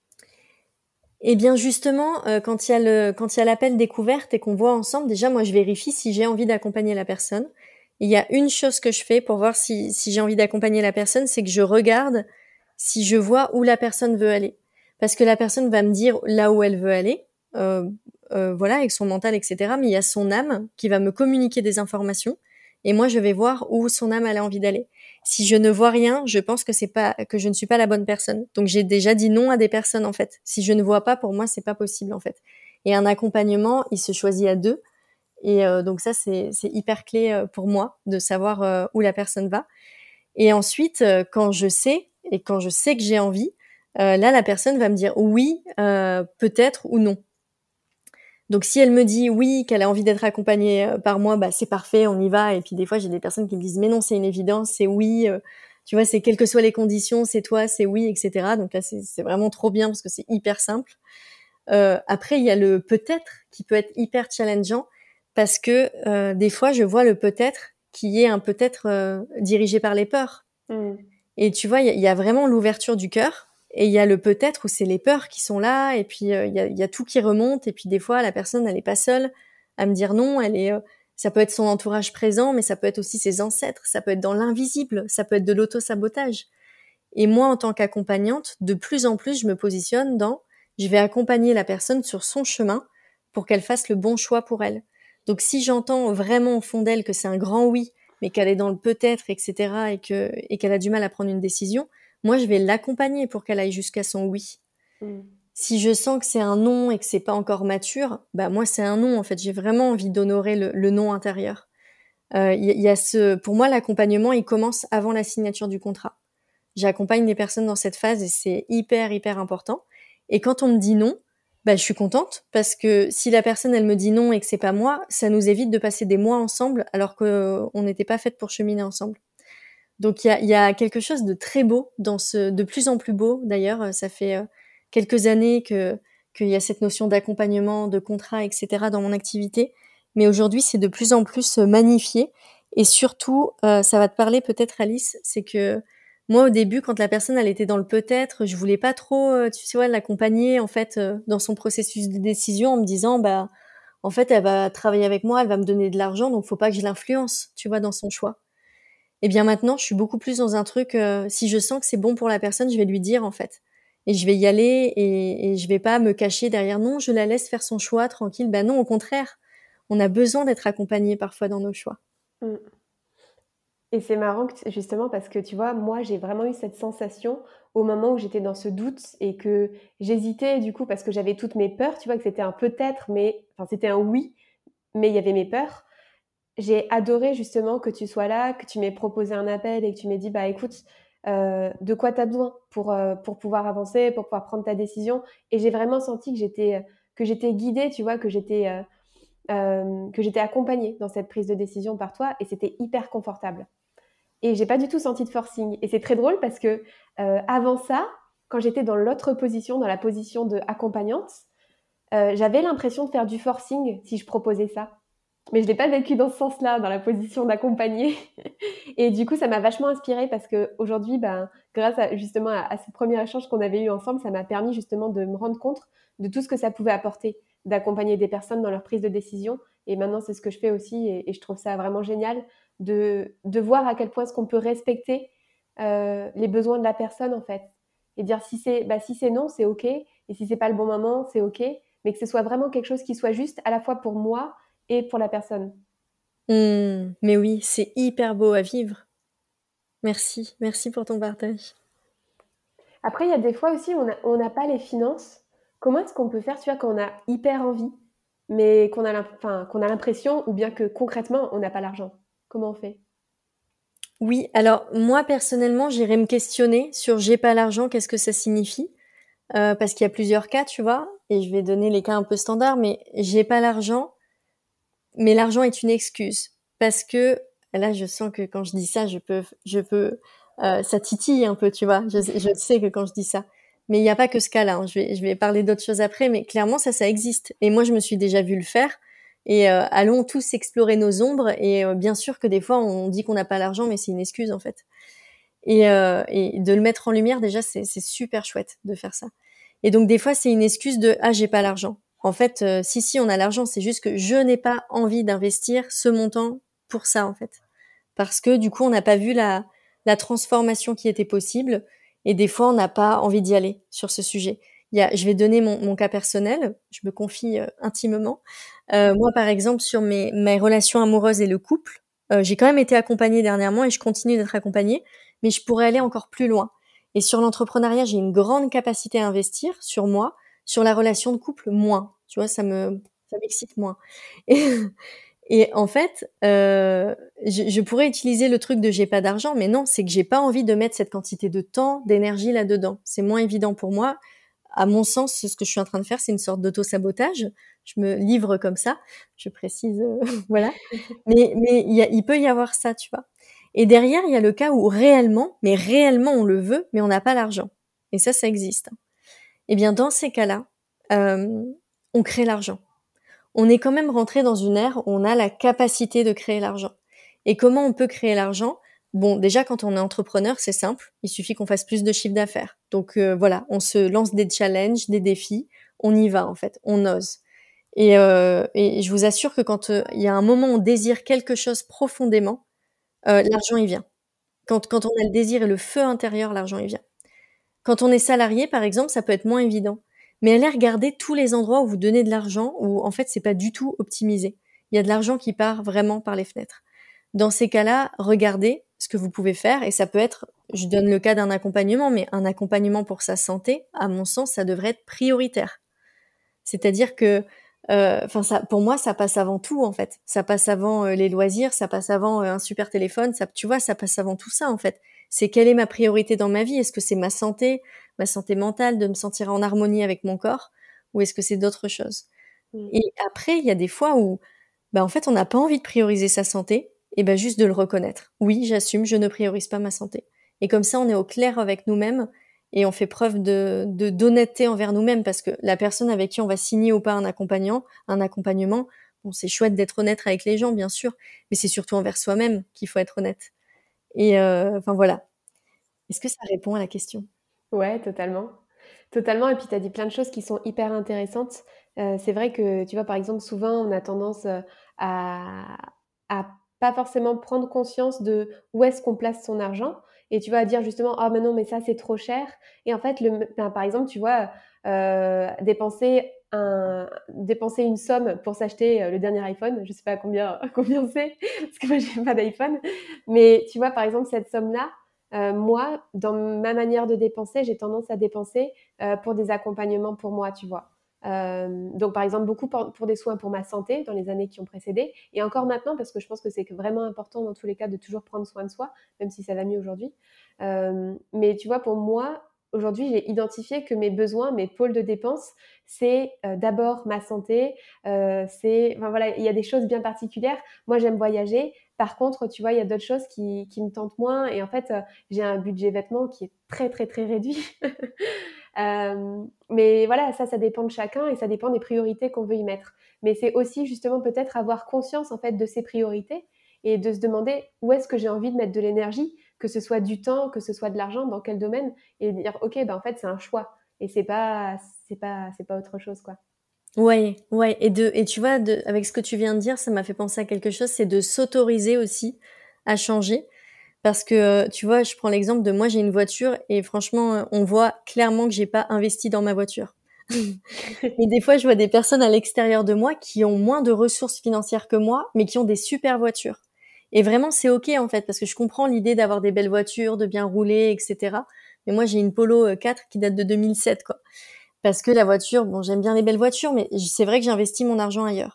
Eh bien justement, quand il y a l'appel découverte et qu'on voit ensemble, déjà moi je vérifie si j'ai envie d'accompagner la personne Il y a une chose que je fais pour voir si j'ai envie d'accompagner la personne, c'est que je regarde si je vois où la personne veut aller. Parce que la personne va me dire là où elle veut aller, euh, voilà, avec son mental, etc. Mais il y a son âme qui va me communiquer des informations. Et moi, je vais voir où son âme elle a envie d'aller. Si je ne vois rien, je pense que c'est pas que je ne suis pas la bonne personne. Donc j'ai déjà dit non à des personnes en fait. Si je ne vois pas, pour moi, c'est pas possible en fait. Et un accompagnement, il se choisit à deux. Et donc ça, c'est hyper clé pour moi de savoir où la personne va. Et ensuite, quand je sais et quand je sais que j'ai envie, là, la personne va me dire oui, peut-être ou non. Donc si elle me dit oui, qu'elle a envie d'être accompagnée par moi, bah c'est parfait, on y va. Et puis des fois, j'ai des personnes qui me disent mais non, c'est une évidence, c'est oui. Tu vois, c'est quelles que soient les conditions, c'est toi, c'est oui, etc. Donc là, c'est vraiment trop bien parce que c'est hyper simple. Après, il y a le peut-être qui peut être hyper challengeant parce que des fois, je vois le peut-être qui est un peut-être dirigé par les peurs. Mmh. Et tu vois, il y a vraiment l'ouverture du cœur et il y a le peut-être où c'est les peurs qui sont là et puis il y a tout qui remonte et puis des fois, la personne, elle est pas seule à me dire non, ça peut être son entourage présent, mais ça peut être aussi ses ancêtres, ça peut être dans l'invisible, ça peut être de l'auto-sabotage. Et moi, en tant qu'accompagnante, de plus en plus, je me positionne dans je vais accompagner la personne sur son chemin pour qu'elle fasse le bon choix pour elle. Donc, si j'entends vraiment au fond d'elle que c'est un grand oui, mais qu'elle est dans le peut-être, etc., et qu'elle a du mal à prendre une décision, moi, je vais l'accompagner pour qu'elle aille jusqu'à son oui. Mmh. Si je sens que c'est un non et que c'est pas encore mature, bah moi, c'est un non. En fait, j'ai vraiment envie d'honorer le non intérieur. Pour moi, l'accompagnement, il commence avant la signature du contrat. J'accompagne les personnes dans cette phase et c'est hyper, hyper important. Et quand on me dit non, bah, je suis contente parce que si la personne, elle me dit non et que c'est pas moi, ça nous évite de passer des mois ensemble alors qu'on n'était pas faites pour cheminer ensemble. Donc, il y a quelque chose de très beau de plus en plus beau d'ailleurs. Ça fait quelques années qu'il y a cette notion d'accompagnement, de contrat, etc. dans mon activité. Mais aujourd'hui, c'est de plus en plus magnifié. Et surtout, ça va te parler peut-être, Alice, c'est que moi, au début, quand la personne, elle était dans le peut-être, je voulais pas trop, tu sais, ouais, l'accompagner, en fait, dans son processus de décision en me disant, bah, en fait, elle va travailler avec moi, elle va me donner de l'argent, donc faut pas que je l'influence, tu vois, dans son choix. Et bien maintenant, je suis beaucoup plus dans un truc, si je sens que c'est bon pour la personne, je vais lui dire, en fait. Et je vais y aller et je vais pas me cacher derrière, non, je la laisse faire son choix tranquille. Ben non, au contraire. On a besoin d'être accompagné parfois dans nos choix. Mmh. Et c'est marrant que justement parce que tu vois, moi, j'ai vraiment eu cette sensation au moment où j'étais dans ce doute et que j'hésitais du coup parce que j'avais toutes mes peurs, tu vois, que c'était un peut-être, mais enfin c'était un oui, mais il y avait mes peurs. J'ai adoré justement que tu sois là, que tu m'aies proposé un appel et que tu m'aies dit, bah écoute, de quoi tu as besoin pour pouvoir avancer, pour pouvoir prendre ta décision. Et j'ai vraiment senti que j'étais guidée, tu vois, que j'étais accompagnée dans cette prise de décision par toi et c'était hyper confortable. Et j'ai pas du tout senti de forcing. Et c'est très drôle parce que avant ça, quand j'étais dans l'autre position, dans la position de accompagnante, j'avais l'impression de faire du forcing si je proposais ça. Mais je l'ai pas vécu dans ce sens-là, dans la position d'accompagner. Et du coup, ça m'a vachement inspirée parce que aujourd'hui, ben, grâce justement à ce premier échange qu'on avait eu ensemble, ça m'a permis justement de me rendre compte de tout ce que ça pouvait apporter, d'accompagner des personnes dans leur prise de décision. Et maintenant, c'est ce que je fais aussi, et je trouve ça vraiment génial de voir à quel point est-ce qu'on peut respecter les besoins de la personne en fait, et dire si c'est non, c'est ok, et si c'est pas le bon moment, c'est ok, mais que ce soit vraiment quelque chose qui soit juste à la fois pour moi et pour la personne. Mais oui, c'est hyper beau à vivre. Merci, merci pour ton partage. Après, il y a des fois aussi, on n'a pas les finances. Comment est-ce qu'on peut faire, tu vois, quand on a hyper envie, mais qu'on a l'impression, ou bien que concrètement, on n'a pas l'argent? Comment on fait? Oui, alors moi personnellement, j'irais me questionner sur j'ai pas l'argent, qu'est-ce que ça signifie? Parce qu'il y a plusieurs cas, tu vois, et je vais donner les cas un peu standards, mais j'ai pas l'argent, mais l'argent est une excuse parce que là, je sens que quand je dis ça, ça titille un peu, tu vois. Je sais que quand je dis ça, mais il n'y a pas que ce cas-là. Hein. Je vais parler d'autres choses après, mais clairement, ça existe. Et moi, je me suis déjà vu le faire. Et allons tous explorer nos ombres. Et bien sûr que des fois, on dit qu'on n'a pas l'argent, mais c'est une excuse en fait. Et de le mettre en lumière, déjà, c'est super chouette de faire ça. Et donc, des fois, c'est une excuse de ah, j'ai pas l'argent. En fait, si, on a l'argent, c'est juste que je n'ai pas envie d'investir ce montant pour ça, en fait. parce que du coup, on n'a pas vu la transformation qui était possible et des fois, on n'a pas envie d'y aller sur ce sujet. Je vais donner mon cas personnel, je me confie intimement. Moi, par exemple, sur mes relations amoureuses et le couple, j'ai quand même été accompagnée dernièrement et je continue d'être accompagnée, mais je pourrais aller encore plus loin. Et sur l'entrepreneuriat, j'ai une grande capacité à investir sur moi, sur la relation de couple, moins. Tu vois, ça m'excite moins. Et, et en fait, je pourrais utiliser le truc de j'ai pas d'argent, mais non, c'est que j'ai pas envie de mettre cette quantité de temps, d'énergie là-dedans. C'est moins évident pour moi. À mon sens, ce que je suis en train de faire, c'est une sorte d'auto-sabotage. Je me livre comme ça, je précise, voilà. Mais il peut y avoir ça, tu vois. Et derrière, il y a le cas où réellement, mais réellement on le veut, mais on n'a pas l'argent. Et ça existe. Eh bien, dans ces cas-là, euh, on crée l'argent. On est quand même rentré dans une ère où on a la capacité de créer l'argent. Et comment on peut créer l'argent? Bon, déjà, quand on est entrepreneur, c'est simple. Il suffit qu'on fasse plus de chiffre d'affaires. Donc voilà, on se lance des challenges, des défis. On y va, en fait. On ose. Et je vous assure que quand il y a un moment où on désire quelque chose profondément, l'argent, il vient. Quand on a le désir et le feu intérieur, l'argent, il vient. Quand on est salarié, par exemple, ça peut être moins évident. Mais allez regarder tous les endroits où vous donnez de l'argent où, en fait, c'est pas du tout optimisé. Il y a de l'argent qui part vraiment par les fenêtres. Dans ces cas-là, regardez ce que vous pouvez faire et ça peut être, je donne le cas d'un accompagnement, mais un accompagnement pour sa santé, à mon sens, ça devrait être prioritaire. C'est-à-dire que, enfin, ça, pour moi, ça passe avant tout, en fait. Ça passe avant les loisirs, ça passe avant un super téléphone, ça, tu vois, ça passe avant tout ça, en fait. C'est quelle est ma priorité dans ma vie? Est-ce que c'est ma santé mentale, de me sentir en harmonie avec mon corps, ou est-ce que c'est d'autres choses? Mmh. Et après, il y a des fois où, bah, en fait, on n'a pas envie de prioriser sa santé, et ben juste de le reconnaître. Oui, j'assume, je ne priorise pas ma santé. Et comme ça, on est au clair avec nous-mêmes et on fait preuve d'honnêteté envers nous-mêmes parce que la personne avec qui on va signer ou pas un accompagnement, bon, c'est chouette d'être honnête avec les gens, bien sûr, mais c'est surtout envers soi-même qu'il faut être honnête. Et enfin voilà. Est-ce que ça répond à la question? Ouais, totalement. Totalement et puis tu as dit plein de choses qui sont hyper intéressantes. C'est vrai que, tu vois, par exemple, souvent, on a tendance, à à pas forcément prendre conscience de où est-ce qu'on place son argent et tu vas à dire justement: «Ah mais non, mais ça, c'est trop cher» et en fait, par exemple, tu vois, dépenser une somme pour s'acheter, le dernier iPhone, je sais pas combien combien c'est, parce que moi, j'ai pas d'iPhone, mais tu vois, par exemple, cette somme-là, moi, dans ma manière de dépenser, j'ai tendance à dépenser pour des accompagnements pour moi, tu vois. Donc, par exemple, beaucoup pour des soins pour ma santé dans les années qui ont précédé, et encore maintenant, parce que je pense que c'est vraiment important dans tous les cas de toujours prendre soin de soi, même si ça va mieux aujourd'hui. Mais tu vois, pour moi, aujourd'hui, j'ai identifié que mes besoins, mes pôles de dépenses, c'est d'abord ma santé, enfin, voilà, il y a des choses bien particulières. Moi, j'aime voyager. Par contre, tu vois, il y a d'autres choses qui me tentent moins. Et en fait, j'ai un budget vêtements qui est très, très, très réduit. Mais voilà, ça dépend de chacun et ça dépend des priorités qu'on veut y mettre. Mais c'est aussi justement peut-être avoir conscience en fait de ses priorités et de se demander où est-ce que j'ai envie de mettre de l'énergie, que ce soit du temps, que ce soit de l'argent, dans quel domaine, et dire ok, ben en fait c'est un choix et c'est pas autre chose quoi. Ouais, ouais, et tu vois, avec ce que tu viens de dire, ça m'a fait penser à quelque chose, c'est de s'autoriser aussi à changer. Parce que, tu vois, je prends l'exemple de moi, j'ai une voiture et franchement, on voit clairement que j'ai pas investi dans ma voiture. Mais des fois, je vois des personnes à l'extérieur de moi qui ont moins de ressources financières que moi, mais qui ont des super voitures. Et vraiment, c'est OK, en fait, parce que je comprends l'idée d'avoir des belles voitures, de bien rouler, etc. Mais moi, j'ai une Polo 4 qui date de 2007, quoi. Parce que la voiture, bon, j'aime bien les belles voitures, mais c'est vrai que j'investis mon argent ailleurs.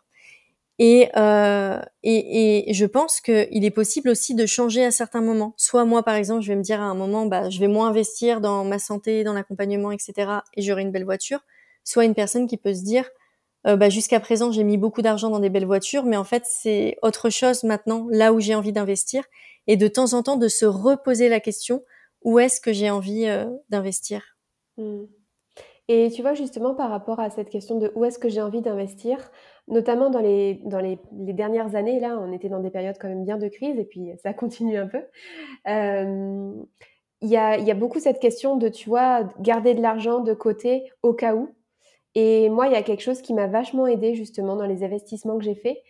Et je pense qu'il est possible aussi de changer à certains moments. Soit moi, par exemple, je vais me dire à un moment, bah, je vais moins investir dans ma santé, dans l'accompagnement, etc. et j'aurai une belle voiture. Soit une personne qui peut se dire, bah, jusqu'à présent, j'ai mis beaucoup d'argent dans des belles voitures, mais en fait, c'est autre chose maintenant, là où j'ai envie d'investir. Et de temps en temps, de se reposer la question, où est-ce que j'ai envie d'investir? Mm. Et tu vois, justement, par rapport à cette question de où est-ce que j'ai envie d'investir, notamment les dernières années, là, on était dans des périodes quand même bien de crise, et puis ça continue un peu. Euh, il y a beaucoup cette question de, tu vois, garder de l'argent de côté au cas où. Et moi, il y a quelque chose qui m'a vachement aidée justement dans les investissements que j'ai faits,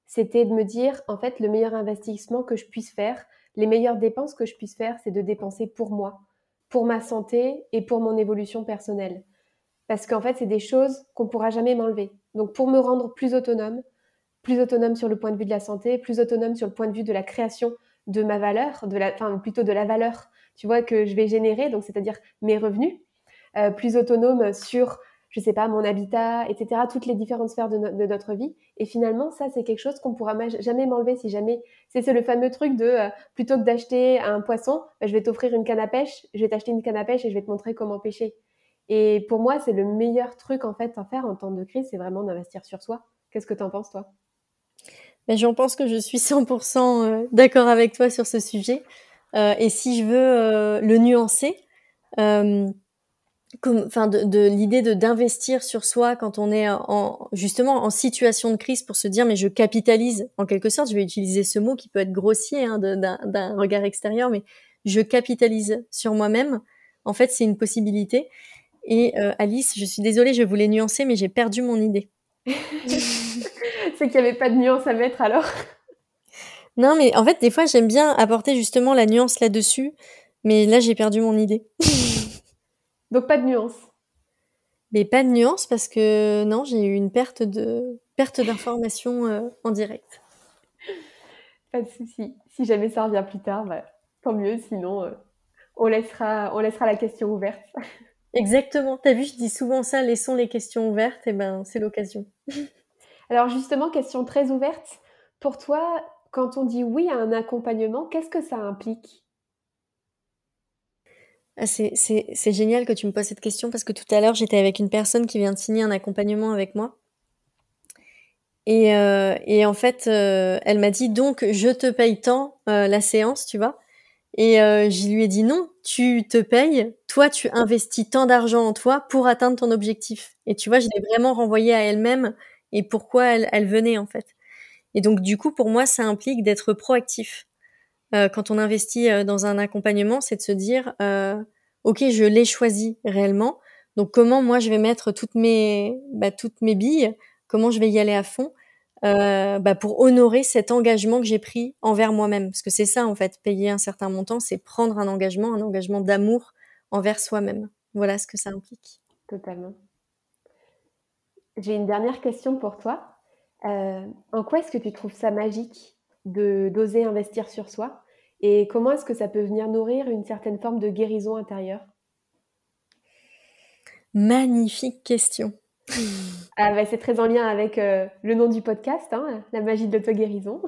c'était de me dire, en fait, le meilleur investissement que je puisse faire, les meilleures dépenses que je puisse faire, c'est de dépenser pour moi, pour ma santé et pour mon évolution personnelle. Parce qu'en fait, c'est des choses qu'on pourra jamais m'enlever. Donc, pour me rendre plus autonome sur le point de vue de la santé, plus autonome sur le point de vue de la création de ma valeur, enfin plutôt de la valeur, tu vois, que je vais générer, donc c'est-à-dire mes revenus, plus autonome sur, je sais pas, mon habitat, etc., toutes les différentes sphères de notre vie. Et finalement, ça, c'est quelque chose qu'on pourra jamais m'enlever si jamais. C'est le fameux truc de, plutôt que d'acheter un poisson, je vais t'offrir une canne à pêche, je vais t'acheter une canne à pêche et je vais te montrer comment pêcher. Et pour moi, c'est le meilleur truc en fait à faire en temps de crise, c'est vraiment d'investir sur soi. Qu'est-ce que t'en penses, toi? Mais j'en pense que je suis 100% d'accord avec toi sur ce sujet. Et si je veux le nuancer, euh, enfin de l'idée d'investir sur soi quand on est justement en situation de crise pour se dire mais je capitalise en quelque sorte, je vais utiliser ce mot qui peut être grossier hein, d'un regard extérieur, mais je capitalise sur moi-même. En fait, c'est une possibilité. Et Alice, je suis désolée, je voulais nuancer, mais j'ai perdu mon idée. C'est qu'il n'y avait pas de nuance à mettre alors. Non, mais en fait, des fois, j'aime bien apporter justement la nuance là-dessus, mais là, j'ai perdu mon idée. Donc pas de nuance. Mais pas de nuance parce que non, j'ai eu une perte d'information en direct. Pas de souci. Si jamais ça revient plus tard, bah, tant mieux. Sinon, on laissera la question ouverte. Exactement. T'as vu, je dis souvent ça, laissons les questions ouvertes, et ben, c'est l'occasion. Alors justement, question très ouverte. Pour toi, quand on dit oui à un accompagnement, qu'est-ce que ça implique? Ah, c'est génial que tu me poses cette question parce que tout à l'heure, j'étais avec une personne qui vient de signer un accompagnement avec moi. Et en fait, elle m'a dit donc je te paye tant la séance, tu vois. Et je lui ai dit non, tu te payes, toi tu investis tant d'argent en toi pour atteindre ton objectif. Et tu vois, je l'ai vraiment renvoyée à elle-même et pourquoi elle venait en fait. Et donc du coup, pour moi, ça implique d'être proactif. Quand on investit dans un accompagnement, c'est de se dire ok, je l'ai choisi réellement. Donc comment moi je vais mettre toutes mes billes, comment je vais y aller à fond pour honorer cet engagement que j'ai pris envers moi-même. Parce que c'est ça, en fait, payer un certain montant, c'est prendre un engagement d'amour envers soi-même. Voilà ce que ça implique. Totalement. J'ai une dernière question pour toi. En quoi est-ce que tu trouves ça magique de d'oser investir sur soi? Et comment est-ce que ça peut venir nourrir une certaine forme de guérison intérieure? Magnifique question. Ah bah, c'est très en lien avec le nom du podcast, hein, la magie de l'auto-guérison.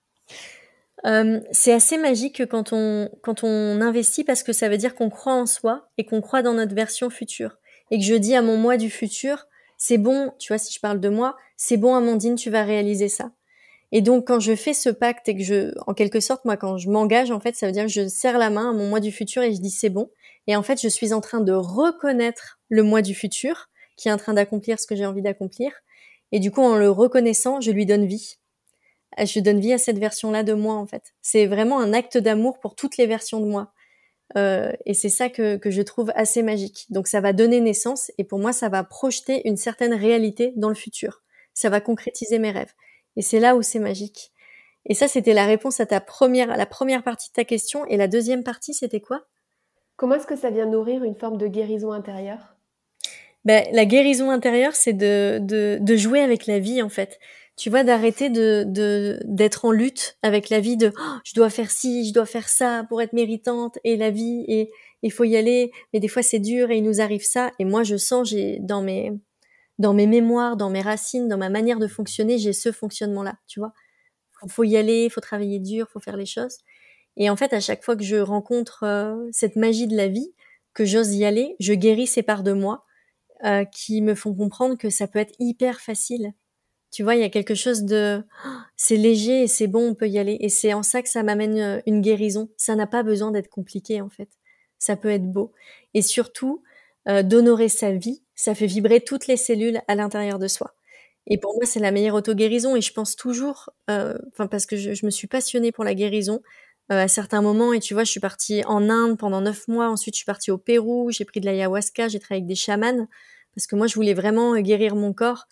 C'est assez magique quand on investit parce que ça veut dire qu'on croit en soi et qu'on croit dans notre version future. Et que je dis à mon moi du futur, c'est bon, tu vois, si je parle de moi, c'est bon Amandine, tu vas réaliser ça. Et donc, quand je fais ce pacte et que en quelque sorte, moi, quand je m'engage, en fait, ça veut dire que je serre la main à mon moi du futur et je dis c'est bon. Et en fait, je suis en train de reconnaître le moi du futur qui est en train d'accomplir ce que j'ai envie d'accomplir. Et du coup, en le reconnaissant, je lui donne vie. Je donne vie à cette version-là de moi, en fait. C'est vraiment un acte d'amour pour toutes les versions de moi. Et c'est ça que je trouve assez magique. Donc, ça va donner naissance et pour moi, ça va projeter une certaine réalité dans le futur. Ça va concrétiser mes rêves. Et c'est là où c'est magique. Et ça, c'était la réponse à la première partie de ta question. Et la deuxième partie, c'était quoi? Comment est-ce que ça vient nourrir une forme de guérison intérieure? Ben, la guérison intérieure, c'est de jouer avec la vie, en fait. Tu vois, d'arrêter d'être en lutte avec la vie oh, je dois faire ci, je dois faire ça pour être méritante et la vie et il faut y aller. Mais des fois, c'est dur et il nous arrive ça. Et moi, je sens, dans mes mémoires, dans mes racines, dans ma manière de fonctionner, j'ai ce fonctionnement-là, tu vois. Faut y aller, faut travailler dur, faut faire les choses. Et en fait, à chaque fois que je rencontre cette magie de la vie, que j'ose y aller, je guéris ces parts de moi qui me font comprendre que ça peut être hyper facile. Tu vois, il y a quelque chose de c'est léger et c'est bon, on peut y aller. Et c'est en ça que ça m'amène une guérison. Ça n'a pas besoin d'être compliqué en fait. Ça peut être beau. Et surtout, d'honorer sa vie, ça fait vibrer toutes les cellules à l'intérieur de soi. Et pour moi, c'est la meilleure auto-guérison. Et je pense toujours, parce que je me suis passionnée pour la guérison à certains moments. Et tu vois, je suis partie en Inde pendant 9 mois. Ensuite, je suis partie au Pérou. J'ai pris de l'ayahuasca. J'ai travaillé avec des chamans parce que moi, je voulais vraiment guérir mon corps.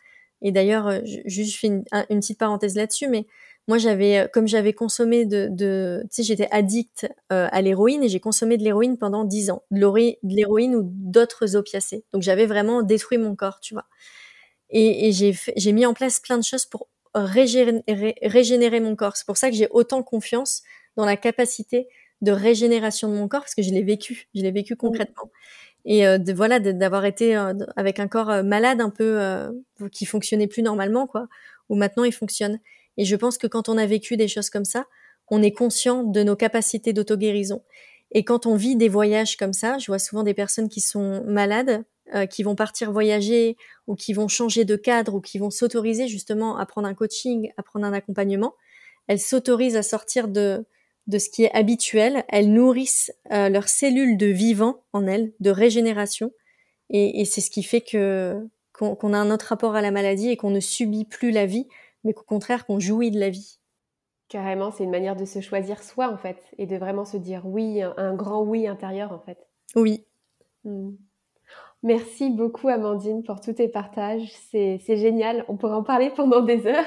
Et d'ailleurs, juste je fais une petite parenthèse là-dessus, mais moi comme j'avais consommé tu sais, j'étais addict à l'héroïne et j'ai consommé de l'héroïne pendant 10 ans, de l'héroïne ou d'autres opiacés. Donc j'avais vraiment détruit mon corps, tu vois. Et j'ai mis en place plein de choses pour régénérer mon corps. C'est pour ça que j'ai autant confiance dans la capacité de régénération de mon corps, parce que je l'ai vécu concrètement. Et d'avoir été avec un corps malade un peu qui fonctionnait plus normalement, quoi, où maintenant il fonctionne. Et je pense que quand on a vécu des choses comme ça, on est conscient de nos capacités d'auto-guérison. Et quand on vit des voyages comme ça, je vois souvent des personnes qui sont malades, qui vont partir voyager ou qui vont changer de cadre ou qui vont s'autoriser justement à prendre un coaching, à prendre un accompagnement. Elles s'autorisent à sortir de ce qui est habituel. Elles nourrissent leurs cellules de vivant en elles, de régénération. Et c'est ce qui fait qu'on a un autre rapport à la maladie et qu'on ne subit plus la vie, mais qu'au contraire, qu'on jouit de la vie. Carrément, c'est une manière de se choisir soi, en fait, et de vraiment se dire oui, un grand oui intérieur, en fait. Oui. Merci beaucoup, Amandine, pour tous tes partages. C'est génial. On pourrait en parler pendant des heures.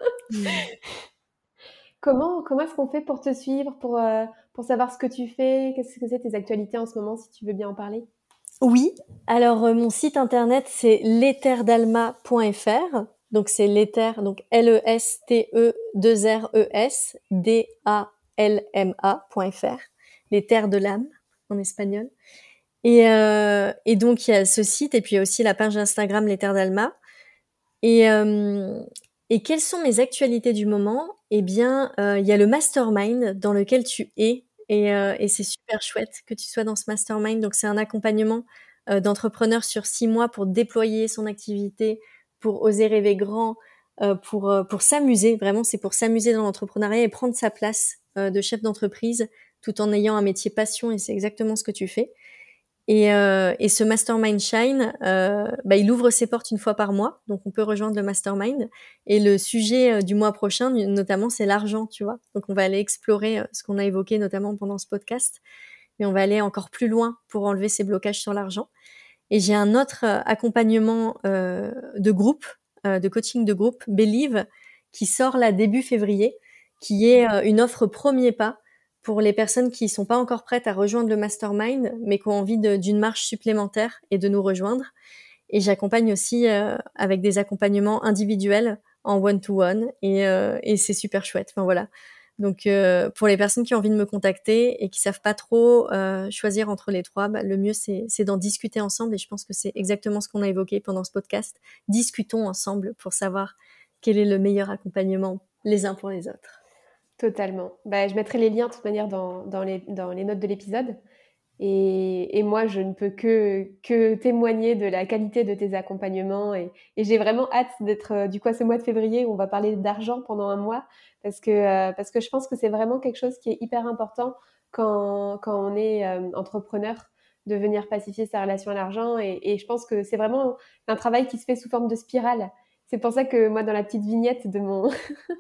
Comment est-ce qu'on fait pour te suivre, pour savoir ce que tu fais? Qu'est-ce que c'est tes actualités en ce moment, si tu veux bien en parler? Oui. Alors, mon site internet, c'est l'etherdalma.fr. Donc, c'est l'Ether, donc LESTE2RESDALMA.fr. L'Ether de l'âme, en espagnol. Et donc, il y a ce site, et puis il y a aussi la page Instagram l'Ether d'Alma. Et quelles sont mes actualités du moment? Eh bien, il y a le mastermind dans lequel tu es, et c'est super chouette que tu sois dans ce mastermind. Donc, c'est un accompagnement d'entrepreneurs sur 6 mois pour déployer son activité, pour oser rêver grand, pour s'amuser. Vraiment, c'est pour s'amuser dans l'entrepreneuriat et prendre sa place de chef d'entreprise tout en ayant un métier passion, et c'est exactement ce que tu fais. Et ce Mastermind Shine, il ouvre ses portes une fois par mois, donc on peut rejoindre le Mastermind. Et le sujet du mois prochain, notamment, c'est l'argent, tu vois. Donc on va aller explorer ce qu'on a évoqué notamment pendant ce podcast, mais on va aller encore plus loin pour enlever ces blocages sur l'argent. Et j'ai un autre accompagnement de groupe, de coaching de groupe, Believe, qui sort là début février, qui est une offre premier pas pour les personnes qui sont pas encore prêtes à rejoindre le mastermind, mais qui ont envie d'une marche supplémentaire et de nous rejoindre. Et j'accompagne aussi avec des accompagnements individuels en one-to-one, et c'est super chouette. Enfin voilà. Donc pour les personnes qui ont envie de me contacter et qui savent pas trop choisir entre les trois, le mieux c'est d'en discuter ensemble, et je pense que c'est exactement ce qu'on a évoqué pendant ce podcast. Discutons ensemble pour savoir quel est le meilleur accompagnement les uns pour les autres. Totalement. Je mettrai les liens de toute manière dans les notes de l'épisode. Et moi, je ne peux que témoigner de la qualité de tes accompagnements. Et j'ai vraiment hâte d'être du coup à ce mois de février où on va parler d'argent pendant un mois. Parce que je pense que c'est vraiment quelque chose qui est hyper important quand on est entrepreneur, de venir pacifier sa relation à l'argent. Et je pense que c'est vraiment un travail qui se fait sous forme de spirale. C'est pour ça que moi, dans la petite vignette de mon...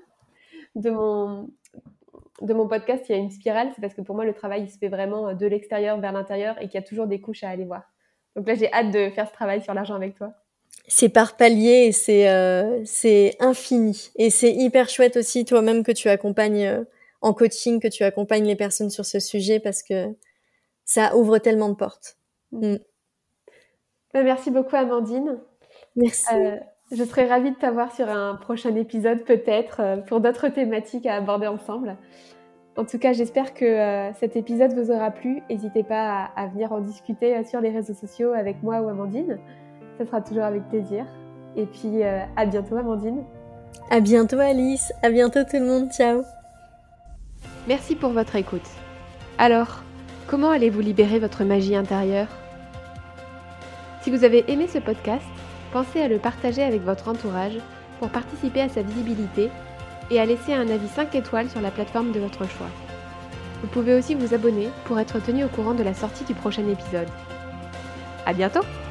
de mon podcast, il y a une spirale. C'est parce que pour moi, le travail, il se fait vraiment de l'extérieur vers l'intérieur et qu'il y a toujours des couches à aller voir. Donc là, j'ai hâte de faire ce travail sur l'argent avec toi. C'est par palier et c'est infini. Et c'est hyper chouette aussi, toi-même, que tu accompagnes en coaching, que tu accompagnes les personnes sur ce sujet, parce que ça ouvre tellement de portes. Merci beaucoup, Amandine. Merci. Je serais ravie de t'avoir sur un prochain épisode, peut-être, pour d'autres thématiques à aborder ensemble. En tout cas, j'espère que cet épisode vous aura plu. N'hésitez pas à venir en discuter sur les réseaux sociaux avec moi ou Amandine. Ça sera toujours avec plaisir. Et puis, à bientôt, Amandine. À bientôt, Alice. À bientôt, tout le monde. Ciao. Merci pour votre écoute. Alors, comment allez-vous libérer votre magie intérieure ? Si vous avez aimé ce podcast, pensez à le partager avec votre entourage pour participer à sa visibilité et à laisser un avis 5 étoiles sur la plateforme de votre choix. Vous pouvez aussi vous abonner pour être tenu au courant de la sortie du prochain épisode. À bientôt!